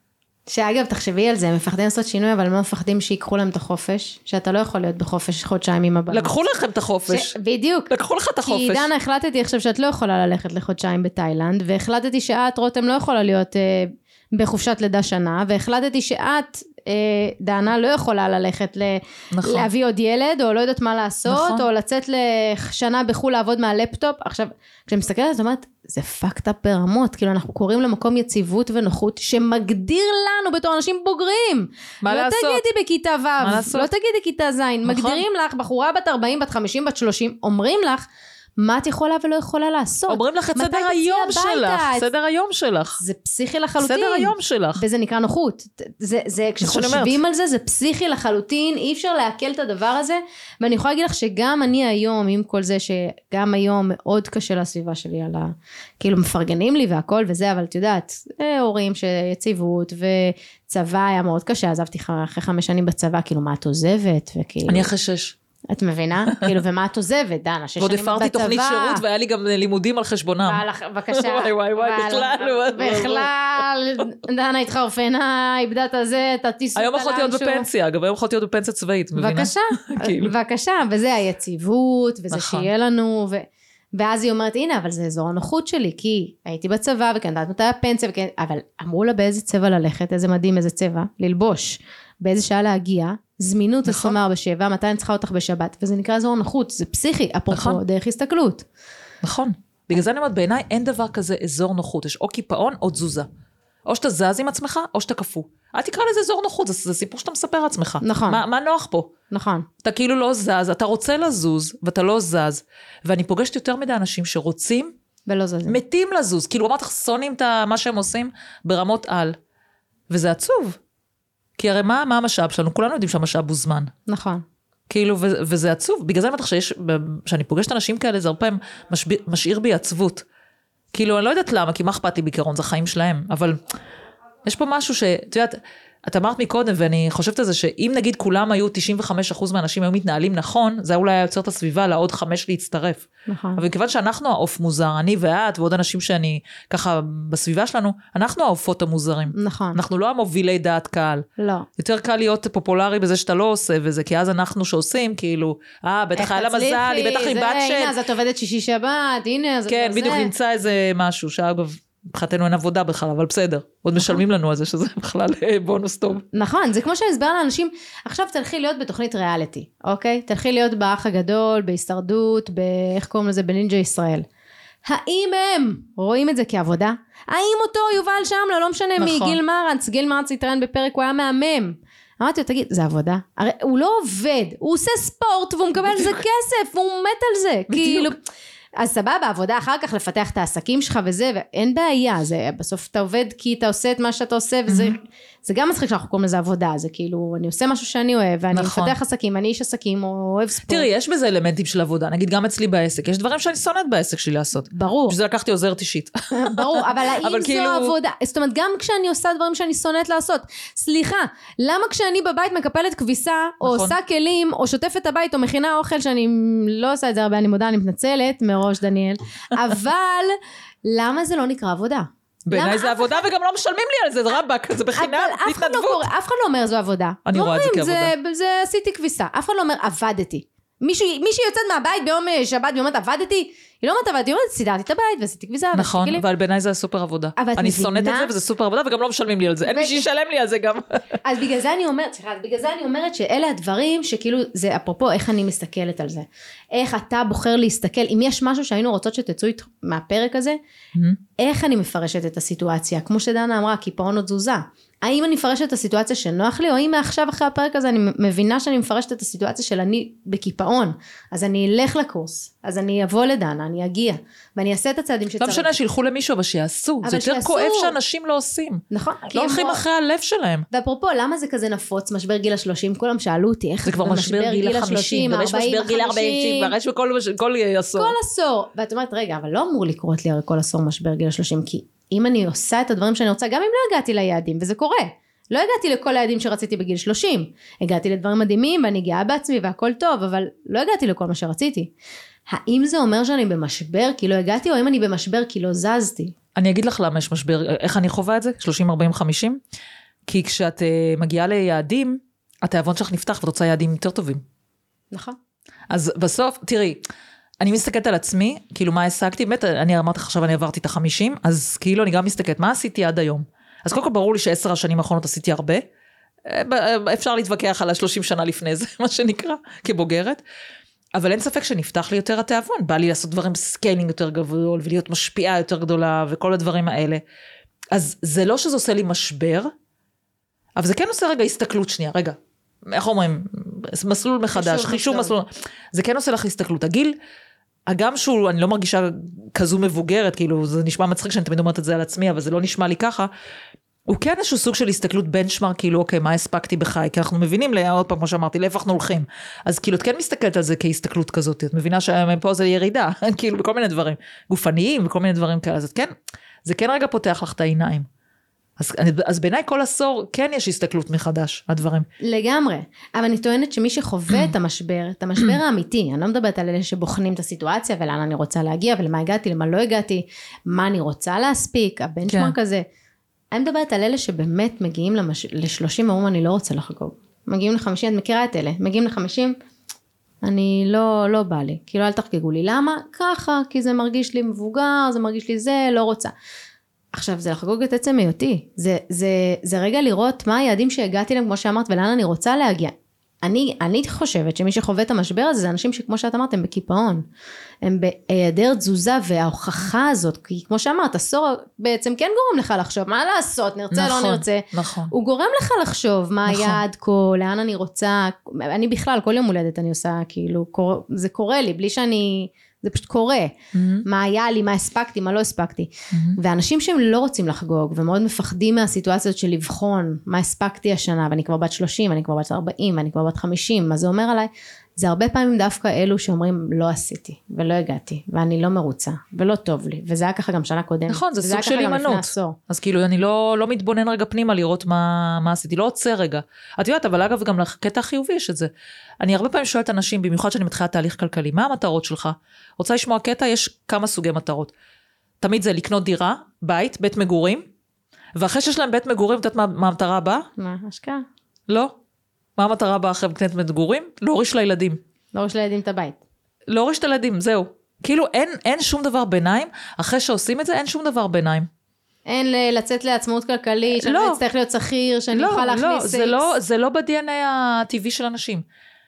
שאגב, תחשבי על זה, הם מפחדים לעשות שינוי, אבל הם לא מפחדים שיקחו להם את החופש, שאתה לא יכול להיות בחופש חודשיים עם הבנות. לקחו לכם את החופש. ש... בדיוק. לקחו לך את החופש. כי דנה, החלטתי עכשיו שאת לא יכולה ללכת לחודשיים בתאילנד, והחלטתי שאת, רותם, לא יכולה להיות אה, בחופשת לידה שנה, והחלטתי שאת, אה, דנה, לא יכולה ללכת ל... נכון. להביא עוד ילד, או לא יודעת מה לעשות, נכון. או לצאת לשנה בחול לעבוד מהלפטופ. עכשיו, כשאני מסתכלת, זאת אומרת, זה פאקט אפ ברמות, כאילו אנחנו קוראים למקום יציבות ונוחות, שמגדיר לנו בתור אנשים בוגרים. מה לא לעשות? לא תגידי בכיתה ו', לא תגידי כיתה ז', נכון. מגדירים לך, בחורה בת ארבעים, בת חמישים, בת שלושים, אומרים לך, מה את יכולה ולא יכולה לעשות? אומרים לך את סדר היום שלך, סדר היום שלך. זה פסיכי לחלוטין. סדר היום שלך. וזה נקרא נוחות. זה, זה, כשחושבים על זה, זה פסיכי לחלוטין, אי אפשר להקל את הדבר הזה, ואני יכולה להגיד לך שגם אני היום, עם כל זה שגם היום מאוד קשה לסביבה שלי, על ה... כאילו מפרגנים לי והכל וזה, אבל את יודעת, הורים שיציבות וצבא היה מאוד קשה, עזבתי אחרי חמש שנים בצבא, כאילו מה את עוזבת? וכאילו... אני אחרי שש. את מבינה? כאילו, ומה את עוזבת, דנה? שש שנים בצבא. ועוד הפרתי תוכנית שירות, והיה לי גם לימודים על חשבונם. בבקשה. וואי, וואי, וואי, בכלל. בכלל, דנה התחרפנה, איבדה את הזה, תטיסו היום יכולתי להיות בפנסיה, אגב, היום יכולתי להיות בפנסיה צבאית, מבינה? בבקשה, בבקשה, וזה היציבות, וזה שיהיה לנו, ואז היא אומרת, הנה, אבל זה אזור הנוחות שלי, כי הייתי בצבא, וכן, דעת מתי הפנסיה, אבל אמרו לה באיזה צבע ללכת, איזה מדהים, איזה צבע, ללבוש, באיזה שעה להגיע, זמינות עשרים וארבע שבע, מתי אני צריכה אותך בשבת, וזה נקרא אזור נוחות, זה פסיכי, אפרופו דרך הסתכלות. נכון, בגלל זה אני אומרת, בעיניי אין דבר כזה אזור נוחות, יש או קיפאון או תזוזה, או שאתה זז עם עצמך, או שאתה קפוא. אל תקרא לזה אזור נוחות, זה, זה סיפור שאתה מספר עצמך. נכון. מה, מה נוח פה? נכון. אתה כאילו לא זז, אתה רוצה לזוז, ואתה לא זז, ואני פוגשת יותר מדי אנשים שרוצים, ולא זזים. מתים לזוז, כאילו אמרת, שונאים את מה שהם עושים ברמות על, וזה עצוב. כי הרי מה, מה המשאב שלנו? כולנו יודעים שהמשאב הוא זמן. נכון. כאילו, ו- וזה עצוב. בגלל זה אני אומרת שיש, שאני פוגשת אנשים כאלה, זה הרבה פעמים משב- משאיר בי עצבות. כאילו, אני לא יודעת למה, כי מה אכפת לי בעיקרון, זה החיים שלהם. אבל יש פה משהו ש, את יודעת, את אמרת מקודם, ואני חושבת על זה, שאם נגיד כולם היו, תשעים וחמישה אחוז מהאנשים היו מתנהלים נכון, זה אולי היה יוצר את הסביבה לעוד חמש להצטרף. נכון. אבל כיוון שאנחנו העוף מוזר, אני ואת, ועוד אנשים שאני ככה בסביבה שלנו, אנחנו העופות המוזרים. נכון. אנחנו לא המובילי דעת קהל. לא. יותר קל להיות פופולרי בזה שאתה לא עושה וזה, כי אז אנחנו שעושים, כאילו, אה, בטח היה לה מזל, היא בטח היא בת של... הנה, אז את עובדת שישי שבת, הנה, אז... כן, בדיוק נמצא איזה משהו, שאגב, מבחינתנו אין עבודה בכלל, אבל בסדר. עוד משלמים לנו על זה, שזה בכלל בונוס טוב. נכון, זה כמו שהסבר לאנשים, עכשיו תלכי להיות בתוכנית ריאליטי, אוקיי? תלכי להיות באח הגדול, בהישרדות, באיך קוראים לזה, בנינג'ה ישראל. האם הם רואים את זה כעבודה? האם אותו יובל שם, לא משנה מי, גיל מרץ, גיל מרץ התראיין בפרק, הוא היה מהמם. אמרתי לו, תגיד, זה עבודה? הרי הוא לא עובד, הוא עושה ספורט, והוא מקבל על זה כסף, והוא מת על זה, כאילו... אז סבבה, עבודה אחר כך לפתח את העסקים שלך וזה, ואין בעיה, זה, בסוף אתה עובד כי אתה עושה את מה שאתה עושה, וזה זה גם מצחיק שאנחנו קוראים לזה עבודה, זה כאילו, אני עושה משהו שאני אוהב, ואני נכון. מפתח עסקים, אני איש עסקים, או אוהב ספורט. תראי, יש בזה אלמנטים של עבודה, נגיד גם אצלי בעסק, יש דברים שאני שונאת בעסק שלי לעשות. ברור. שזה לקחתי עוזרת אישית. ברור, אבל האם אבל זו כאילו... עבודה? זאת אומרת, גם כשאני עושה דברים שאני שונאת לעשות, סליחה, למה כשאני בבית מקפלת כביסה, או נכון. עושה כלים, או שוטפת הבית, או מכינה אוכל, שאני לא עושה את זה הרבה, אני מודה, אני מתנצלת, מראש דניאל, אבל למה זה לא נקרא עבודה? בעיניי זה עבודה וגם לא משלמים לי על זה, זה רבק, זה בחינם, אף אחד לא אומר זו עבודה. אני רואה את זה כעבודה. זה עשיתי כביסה, אף אחד לא אומר עבדתי. מישהי יוצאת מהבית ביום שבת ואומרת עבדתי, היא לא אומרת עבדתי, היא אומרת סידרתי את הבית ועשיתי כביסה. נכון, אבל בעיניי זה סופר עבודה. אני שונאת את זה וזה סופר עבודה וגם לא משלמים לי על זה, אין מי שישלם לי על זה גם. אז בגלל זה אני אומרת, סליחה, בגלל זה אני אומרת שאלה הדברים שכאילו, זה אפרופו איך אני מסתכלת על זה. איך אתה בוחר להסתכל, אם יש משהו שהיינו רוצות שתצאו מהפרק הזה, איך אני מפרשת את הסיטואציה, כמו שדנה אמרה, קיפאון או תזוזה. האם אני מפרשת את הסיטואציה שנוח לי, או אם מעכשיו אחרי הפרק הזה אני מבינה שאני מפרשת את הסיטואציה של אני בקיפאון, אז אני אלך לקורס, אז אני אבוא לדנה, אני אגיע, ואני אעשה את הצעדים שצריך. לא משנה, שילכו למישהו, אבל שיעשו, זה יותר כואב שאנשים לא עושים. נכון. לא הולכים אחרי הלב שלהם. ואפרופו, למה זה כזה נפוץ, משבר גיל השלושים, כולם שאלו אותי, איך זה כבר משבר גיל החמישים, ויש משבר גיל ארבעים, ויש בכל עשור. כל עשור, ואת אומרת, רגע, אבל לא אמור לקרות לי הרי כל עשור משבר גיל השלושים, כי אם אני עושה את הדברים שאני רוצה, גם אם לא הגעתי ליעדים, וזה קורה. לא הגעתי לכל היעדים שרציתי בגיל שלושים. הגעתי לדברים מדהימים, ואני גאה בעצמי, והכל טוב, אבל לא הגעתי לכל מה שרציתי. האם זה אומר שאני במשבר כי לא הגעתי, או אם אני במשבר כי לא זזתי? אני אגיד לך למה יש משבר, איך אני חווה את זה? שלושים, ארבעים, חמישים? כי כשאת uh, מגיעה ליעדים, התיאבון שלך נפתח, ואת רוצה יעדים יותר טובים. נכון. אז בסוף, תראי, אני מסתכלת על עצמי, כאילו מה השגתי, באמת, אני אמרתי לך עכשיו, אני עברתי את החמישים, אז כאילו אני גם מסתכלת, מה עשיתי עד היום? אז קודם כל ברור לי שעשר השנים האחרונות עשיתי הרבה, אפשר להתווכח על השלושים שנה לפני זה, מה שנקרא, כבוגרת, אבל אין ספק שנפתח לי יותר התיאבון, בא לי לעשות דברים בסקיילינג יותר גדול, ולהיות משפיעה יותר גדולה, וכל הדברים האלה. אז זה לא שזה עושה לי משבר, אבל זה כן עושה רגע הסתכלות שנייה, רגע, איך אומרים, מסלול מחדש, חישוב מסלול, זה כן עושה לך הסתכלות. הגיל, הגם שהוא, אני לא מרגישה כזו מבוגרת, כאילו זה נשמע מצחיק שאני תמיד אומרת את זה על עצמי, אבל זה לא נשמע לי ככה, הוא כן איזשהו סוג של הסתכלות בנצ'מרק, כאילו אוקיי, מה הספקתי בחיי, כי אנחנו מבינים, עוד פעם כמו שאמרתי, לאיפה אנחנו הולכים, אז כאילו את כן מסתכלת על זה כהסתכלות כזאת, את מבינה שפה זה ירידה, כאילו בכל מיני דברים, גופניים וכל מיני דברים כאלה, אז כן, זה כן רגע פותח לך את העיניים. אז, אז בעיניי כל עשור כן יש הסתכלות מחדש, הדברים. לגמרי, אבל אני טוענת שמי שחווה את המשבר, את המשבר האמיתי, אני לא מדברת על אלה שבוחנים את הסיטואציה, ולאן אני רוצה להגיע, ולמה הגעתי, למה לא הגעתי, מה אני רוצה להספיק, הבנצ'מרק הזה. אני מדברת על אלה שבאמת מגיעים למש... ל-שלושים, אומרים אני לא רוצה לחגוג. מגיעים ל-חמישים, את מכירה את אלה, מגיעים ל-חמישים, אני לא, לא בא לי, כאילו אל תחגגו לי, למה? ככה, כי זה מרגיש לי מבוגר, זה מרגיש לי זה, לא רוצה. עכשיו, זה לחגוג את עצם היותי, זה, זה, זה רגע לראות מה היעדים שהגעתי להם, כמו שאמרת, ולאן אני רוצה להגיע. אני, אני חושבת שמי שחווה את המשבר הזה, זה אנשים שכמו שאת אמרת, הם בקיפאון, הם בהיעדר תזוזה, וההוכחה הזאת, כי כמו שאמרת, עשור בעצם כן גורם לך לחשוב, מה לעשות, נרצה, נכון, לא נרצה, נכון. הוא גורם לך לחשוב, מה נכון. היעד כה, לאן אני רוצה, אני בכלל, כל יום הולדת אני עושה, כאילו, זה קורה לי, בלי שאני... זה פשוט קורה, mm-hmm. מה היה לי, מה הספקתי, מה לא הספקתי, mm-hmm. ואנשים שהם לא רוצים לחגוג, ומאוד מפחדים מהסיטואציות של לבחון, מה הספקתי השנה, ואני כבר בת שלושים, אני כבר בת ארבעים, ואני כבר בת חמישים, מה זה אומר עליי? זה הרבה פעמים דווקא אלו שאומרים, לא עשיתי, ולא הגעתי, ואני לא מרוצה, ולא טוב לי, וזה היה ככה גם שנה קודמת. נכון, זה סוג של אימנות, אז כאילו אני לא, לא מתבונן רגע פנימה לראות מה, מה עשיתי, לא עוצר רגע. את יודעת, אבל אגב גם לקטע החיובי יש את זה. אני הרבה פעמים שואלת אנשים, במיוחד שאני מתחילה תהליך כלכלי, מה המטרות שלך? רוצה לשמוע קטע, יש כמה סוגי מטרות. תמיד זה לקנות דירה, בית, בית מגורים, ואחרי שיש להם בית מגורים, את יודעת מה, מה המטרה הבאה? מה, השקעה? לא. מה המטרה הבאה אחרי קנות מגורים? להוריש לילדים. להוריש לילדים את הבית. להוריש את הילדים, זהו. כאילו אין, אין שום דבר ביניים, אחרי שעושים את זה, אין שום דבר ביניים. אין לצאת לעצמאות כלכלית, שאני לא אצטרך להיות שכיר, שאני לא, אוכל להכניס... לא, זה לא, זה לא ב-די אן איי הטבעי של אנשים.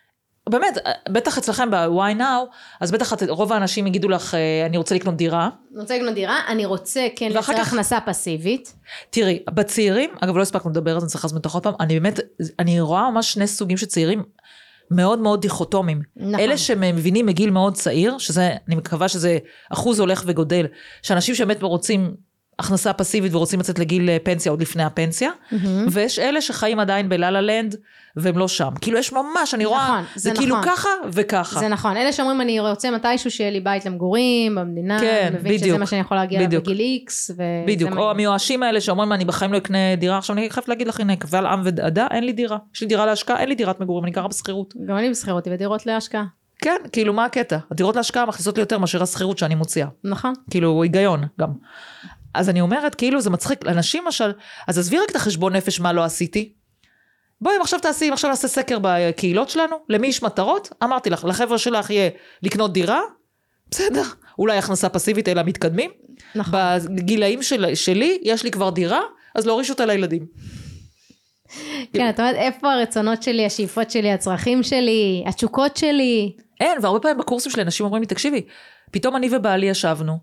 באמת, בטח אצלכם ב-Why Now, אז בטח רוב האנשים יגידו לך, אני רוצה לקנות דירה. אני רוצה לקנות דירה, אני רוצה כן לייצר כך... הכנסה פסיבית. תראי, בצעירים, אגב לא הספקנו לדבר, אז אני צריכה להזמין עוד פעם, אני באמת, אני רואה ממש שני סוגים של צעירים, מאוד מאוד דיכוטומיים. נכון. אלה שמבינים מגיל מאוד צעיר, שזה, אני מקווה שזה אחוז הולך וגודל, שאנשים שבאמת רוצים הכנסה פסיבית ורוצים לצאת לגיל פנסיה עוד לפני הפנסיה, mm-hmm. ויש אלה שחיים עדיין בללה לנד, והם לא שם. כאילו יש ממש, אני רואה, נכון, זה, זה כאילו נכון. ככה וככה. זה נכון. אלה שאומרים, אני רוצה מתישהו שיהיה לי בית למגורים, במדינה, כן, אני מבין בדיוק, שזה מה שאני יכול להגיע בדיוק. בגיל X. בדיוק, או המיואשים האלה שאומרים, אני בחיים לא אקנה דירה, עכשיו אני חייבת להגיד לך, הנה, קבל עם ודעדה, אין לי דירה. יש לי דירה להשקעה, אין לי דירת מגורים, אני גרה בסחירות. גם אני בסחירות, ודירות להשקעה. כן, כאילו מה הקטע? הדירות להשקעה מכניסות לי יותר מאשר הסחירות שאני מוציאה. נכון. כאילו, היגיון גם. אז אני אומרת, כאילו, זה מצחיק, אנשים משל, אז עזבי רק את החשבון נפש, מה לא עשיתי. בואי, אם עכשיו תעשי, אם עכשיו נעשה סקר בקהילות שלנו, למי יש מטרות? אמרתי לך, לחבר'ה שלך יהיה לקנות דירה, בסדר, אולי הכנסה פסיבית, אלא מתקדמים. נכון. בגילאים של, שלי, יש לי כבר דירה, אז להוריש אותה לילדים. כן, את אומרת, איפה הרצונות שלי, השאיפות שלי, הצרכים שלי, התשוקות שלי? אין, והרבה פעמים בקורסים של אנשים אומרים לי, תקשיבי, פתאום אני ובעלי ישבנו,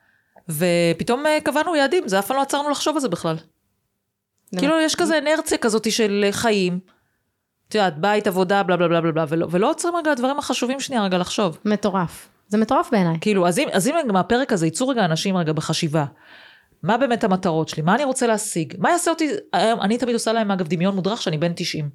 ופתאום קבענו יעדים, זה אף פעם לא עצרנו לחשוב על זה בכלל. כאילו יש כזה אנרציה כזאת של חיים, את יודעת, בית, עבודה, בלה בלה בלה בלה, ולא עוצרים רגע הדברים החשובים שנייה רגע לחשוב. מטורף. זה מטורף בעיניי. כאילו, אז אם, אז אם מהפרק הזה ייצאו רגע אנשים רגע בחשיבה, מה באמת המטרות שלי? מה אני רוצה להשיג? מה יעשה אותי? אני תמיד עושה להם אגב דמיון מודרך שאני בן תשעים.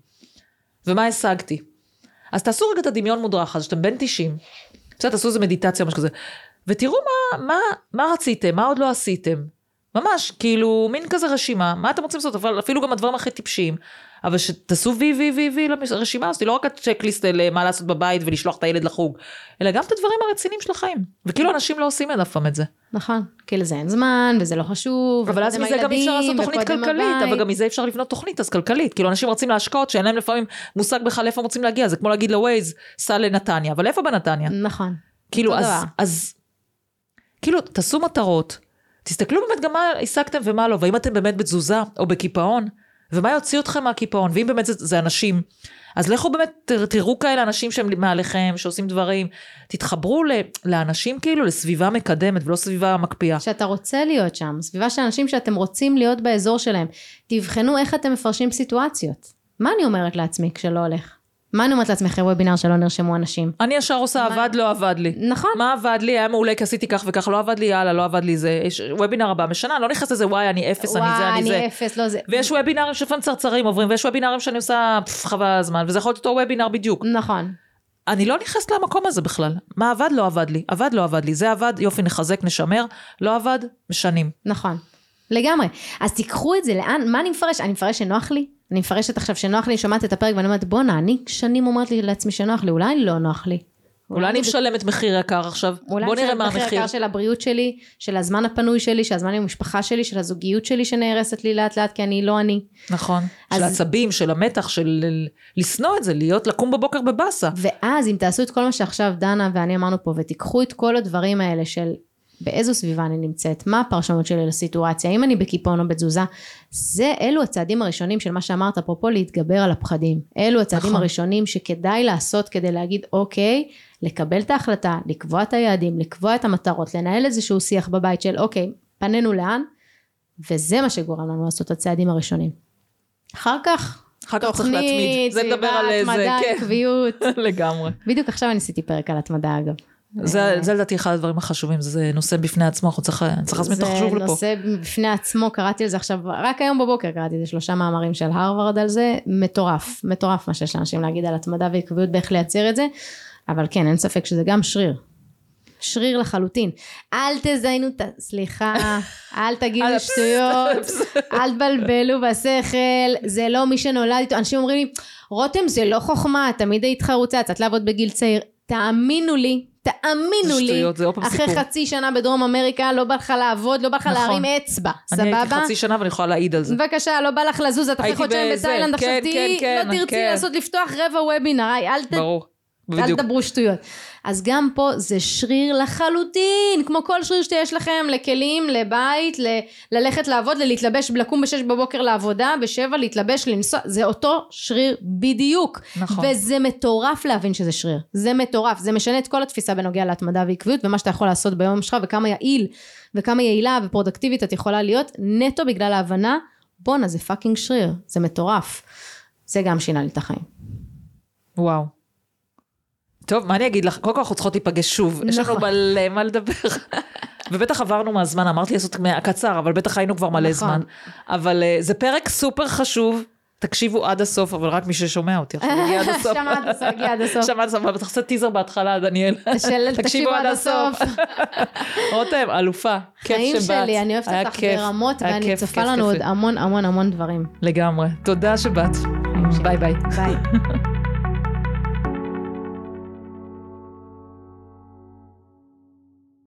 ומה השגתי? אז תעשו רגע את הדמיון מודרך הזה, שאתם בן תשעים. בסדר, תעשו איזה מדיטציה, משהו כזה. ותראו מה, מה, מה רציתם, מה עוד לא עשיתם. ממש, כאילו, מין כזה רשימה. מה אתם רוצים לעשות? אבל אפילו גם הדברים הכי טיפשיים. אבל שתעשו וי וי וי וי לרשימה הזאת, לא רק הצ'קליסט למה לעשות בבית ולשלוח את הילד לחוג, אלא גם את הדברים הרציניים של החיים. וכאילו אנשים לא עושים אף פעם את זה. נכון, כי לזה אין זמן, וזה לא חשוב. אבל אז מזה גם אפשר לעשות תוכנית כלכלית, אבל גם מזה אפשר לבנות תוכנית, אז כלכלית. כאילו אנשים רוצים להשקעות, שאין להם לפעמים מושג בכלל איפה רוצים להגיע, זה כמו להגיד לווייז, סע לנתניה, אבל איפה בנתניה? נכון. כאילו, אז, אז, כאילו, תעשו מטרות, תסתכלו באמת גם מה השגתם ומה לא, ואם אתם באמת בתזוזה או בקיפאון, ומה יוציא אתכם מהקיפאון, ואם באמת זה, זה אנשים, אז לכו באמת, תראו כאלה אנשים שהם מעליכם, שעושים דברים, תתחברו לאנשים כאילו, לסביבה מקדמת, ולא סביבה מקפיאה. שאתה רוצה להיות שם, סביבה של אנשים שאתם רוצים להיות באזור שלהם, תבחנו איך אתם מפרשים סיטואציות. מה אני אומרת לעצמי כשלא הולך? מה אני אומרת לעצמי אחרי וובינר שלא נרשמו אנשים? אני ישר עושה, עבד לא עבד לי. נכון. מה עבד לי? היה מעולה, כי עשיתי כך וכך, לא עבד לי, יאללה, לא עבד לי זה. וובינר הבא משנה, לא נכנס לזה, וואי, אני אפס, אני זה, אני זה. וואי, אני אפס, לא זה. ויש וובינרים שפעם צרצרים עוברים, ויש וובינרים שאני עושה חווה הזמן, וזה יכול להיות אותו וובינר בדיוק. נכון. אני לא נכנסת למקום הזה בכלל. מה עבד? לא עבד לי. עבד, לא עבד לי. זה עבד, יופי, נחזק, נשמר. לא עבד, משנים. נכון. לגמרי. אז תיקחו את זה, לאן, מה אני מפרש? אני מפרש שנוח לי? אני מפרשת עכשיו שנוח לי, שומעת את הפרק ואני אומרת, בונה, אני שנים אומרת לי לעצמי שנוח לי, אולי לא נוח לי. אולי אני משלמת מחיר יקר עכשיו. בוא נראה מה המחיר. מחיר יקר של הבריאות שלי, של הזמן הפנוי שלי, של הזמן עם המשפחה שלי, של הזוגיות שלי שנהרסת לי לאט לאט, כי אני לא אני. נכון. של העצבים, של המתח, של לסנוע את זה, להיות לקום בבוקר בבאסה. ואז אם תעשו את כל מה שעכשיו דנה ואני אמרנו פה, ותיקחו את כל הדברים האלה של באיזו סביבה אני נמצאת, מה הפרשנות שלי לסיטואציה, אם אני בקיפאון או בתזוזה, זה, אלו הצעדים הראשונים של מה שאמרת, אפרופו להתגבר על הפחדים, אלו הצעדים נכון. הראשונים שכדאי לעשות כדי להגיד, אוקיי, לקבל את ההחלטה, לקבוע את היעדים, לקבוע את המטרות, לנהל איזשהו שיח בבית של, אוקיי, פנינו לאן, וזה מה שגורם לנו לעשות את הצעדים הראשונים. אחר כך, אחר כך צריך להתמיד, זה מדבר על איזה, התמדה, כן. עקביות. לגמרי. בדיוק עכשיו אני עשיתי פרק על התמדה אגב. זה, זה לדעתי אחד הדברים החשובים, זה נושא בפני עצמו, אנחנו צריך, צריך להזמין את החשוב לפה. זה נושא בפני עצמו, קראתי על זה עכשיו, רק היום בבוקר קראתי את שלושה מאמרים של הרווארד על זה, מטורף, מטורף מה שיש לאנשים להגיד על התמדה ועקביות באיך לייצר את זה, אבל כן, אין ספק שזה גם שריר. שריר לחלוטין. אל תזיינו, סליחה, אל תגידו שטויות, אל תבלבלו בשכל, זה לא מי שנולד איתו. אנשים אומרים לי, רותם זה לא חוכמה, תמיד היית חרוצה, את לעבוד בגיל צעיר. תאמינו לי, תאמינו לי, אחרי חצי שנה בדרום אמריקה, לא בא לך לעבוד, לא בא לך להרים אצבע, סבבה? אני הייתי חצי שנה ואני יכולה להעיד על זה. בבקשה, לא בא לך לזוז, את אחרי חודשיים בתאילנד, עכשיו תהי, לא תרצי לעשות לפתוח רבע וובינר, אל ת... ברור. אל תדברו שטויות. אז גם פה זה שריר לחלוטין, כמו כל שריר שיש לכם, לכלים, לבית, ל- ללכת לעבוד, ללהתלבש, לקום בשש בבוקר לעבודה, בשבע להתלבש, לנסוע, זה אותו שריר בדיוק. נכון. וזה מטורף להבין שזה שריר. זה מטורף, זה משנה את כל התפיסה בנוגע להתמדה ועקביות, ומה שאתה יכול לעשות ביום שלך, וכמה יעיל, וכמה יעילה ופרודקטיבית את יכולה להיות, נטו בגלל ההבנה, בונה, זה פאקינג שריר, זה מטורף. זה גם שינה לי את החיים. וואו. טוב, מה אני אגיד לך? קודם כל אנחנו צריכות להיפגש שוב. נכון. יש לנו מלא מה לדבר. ובטח עברנו מהזמן, אמרתי לעשות קצר, אבל בטח היינו כבר מלא נכון. זמן. אבל uh, זה פרק סופר חשוב. תקשיבו עד הסוף, אבל רק מי ששומע אותי. שמעת הסוף, הגיע עד הסוף. שמעת הסוף, אבל תחסה טיזר בהתחלה, דניאל. תקשיבו עד הסוף. רותם, אלופה. חיים שלי, אני אוהבת אותך ברמות, ואני צופה לנו עוד המון המון המון דברים. לגמרי. תודה שבאת. ביי ביי. ביי.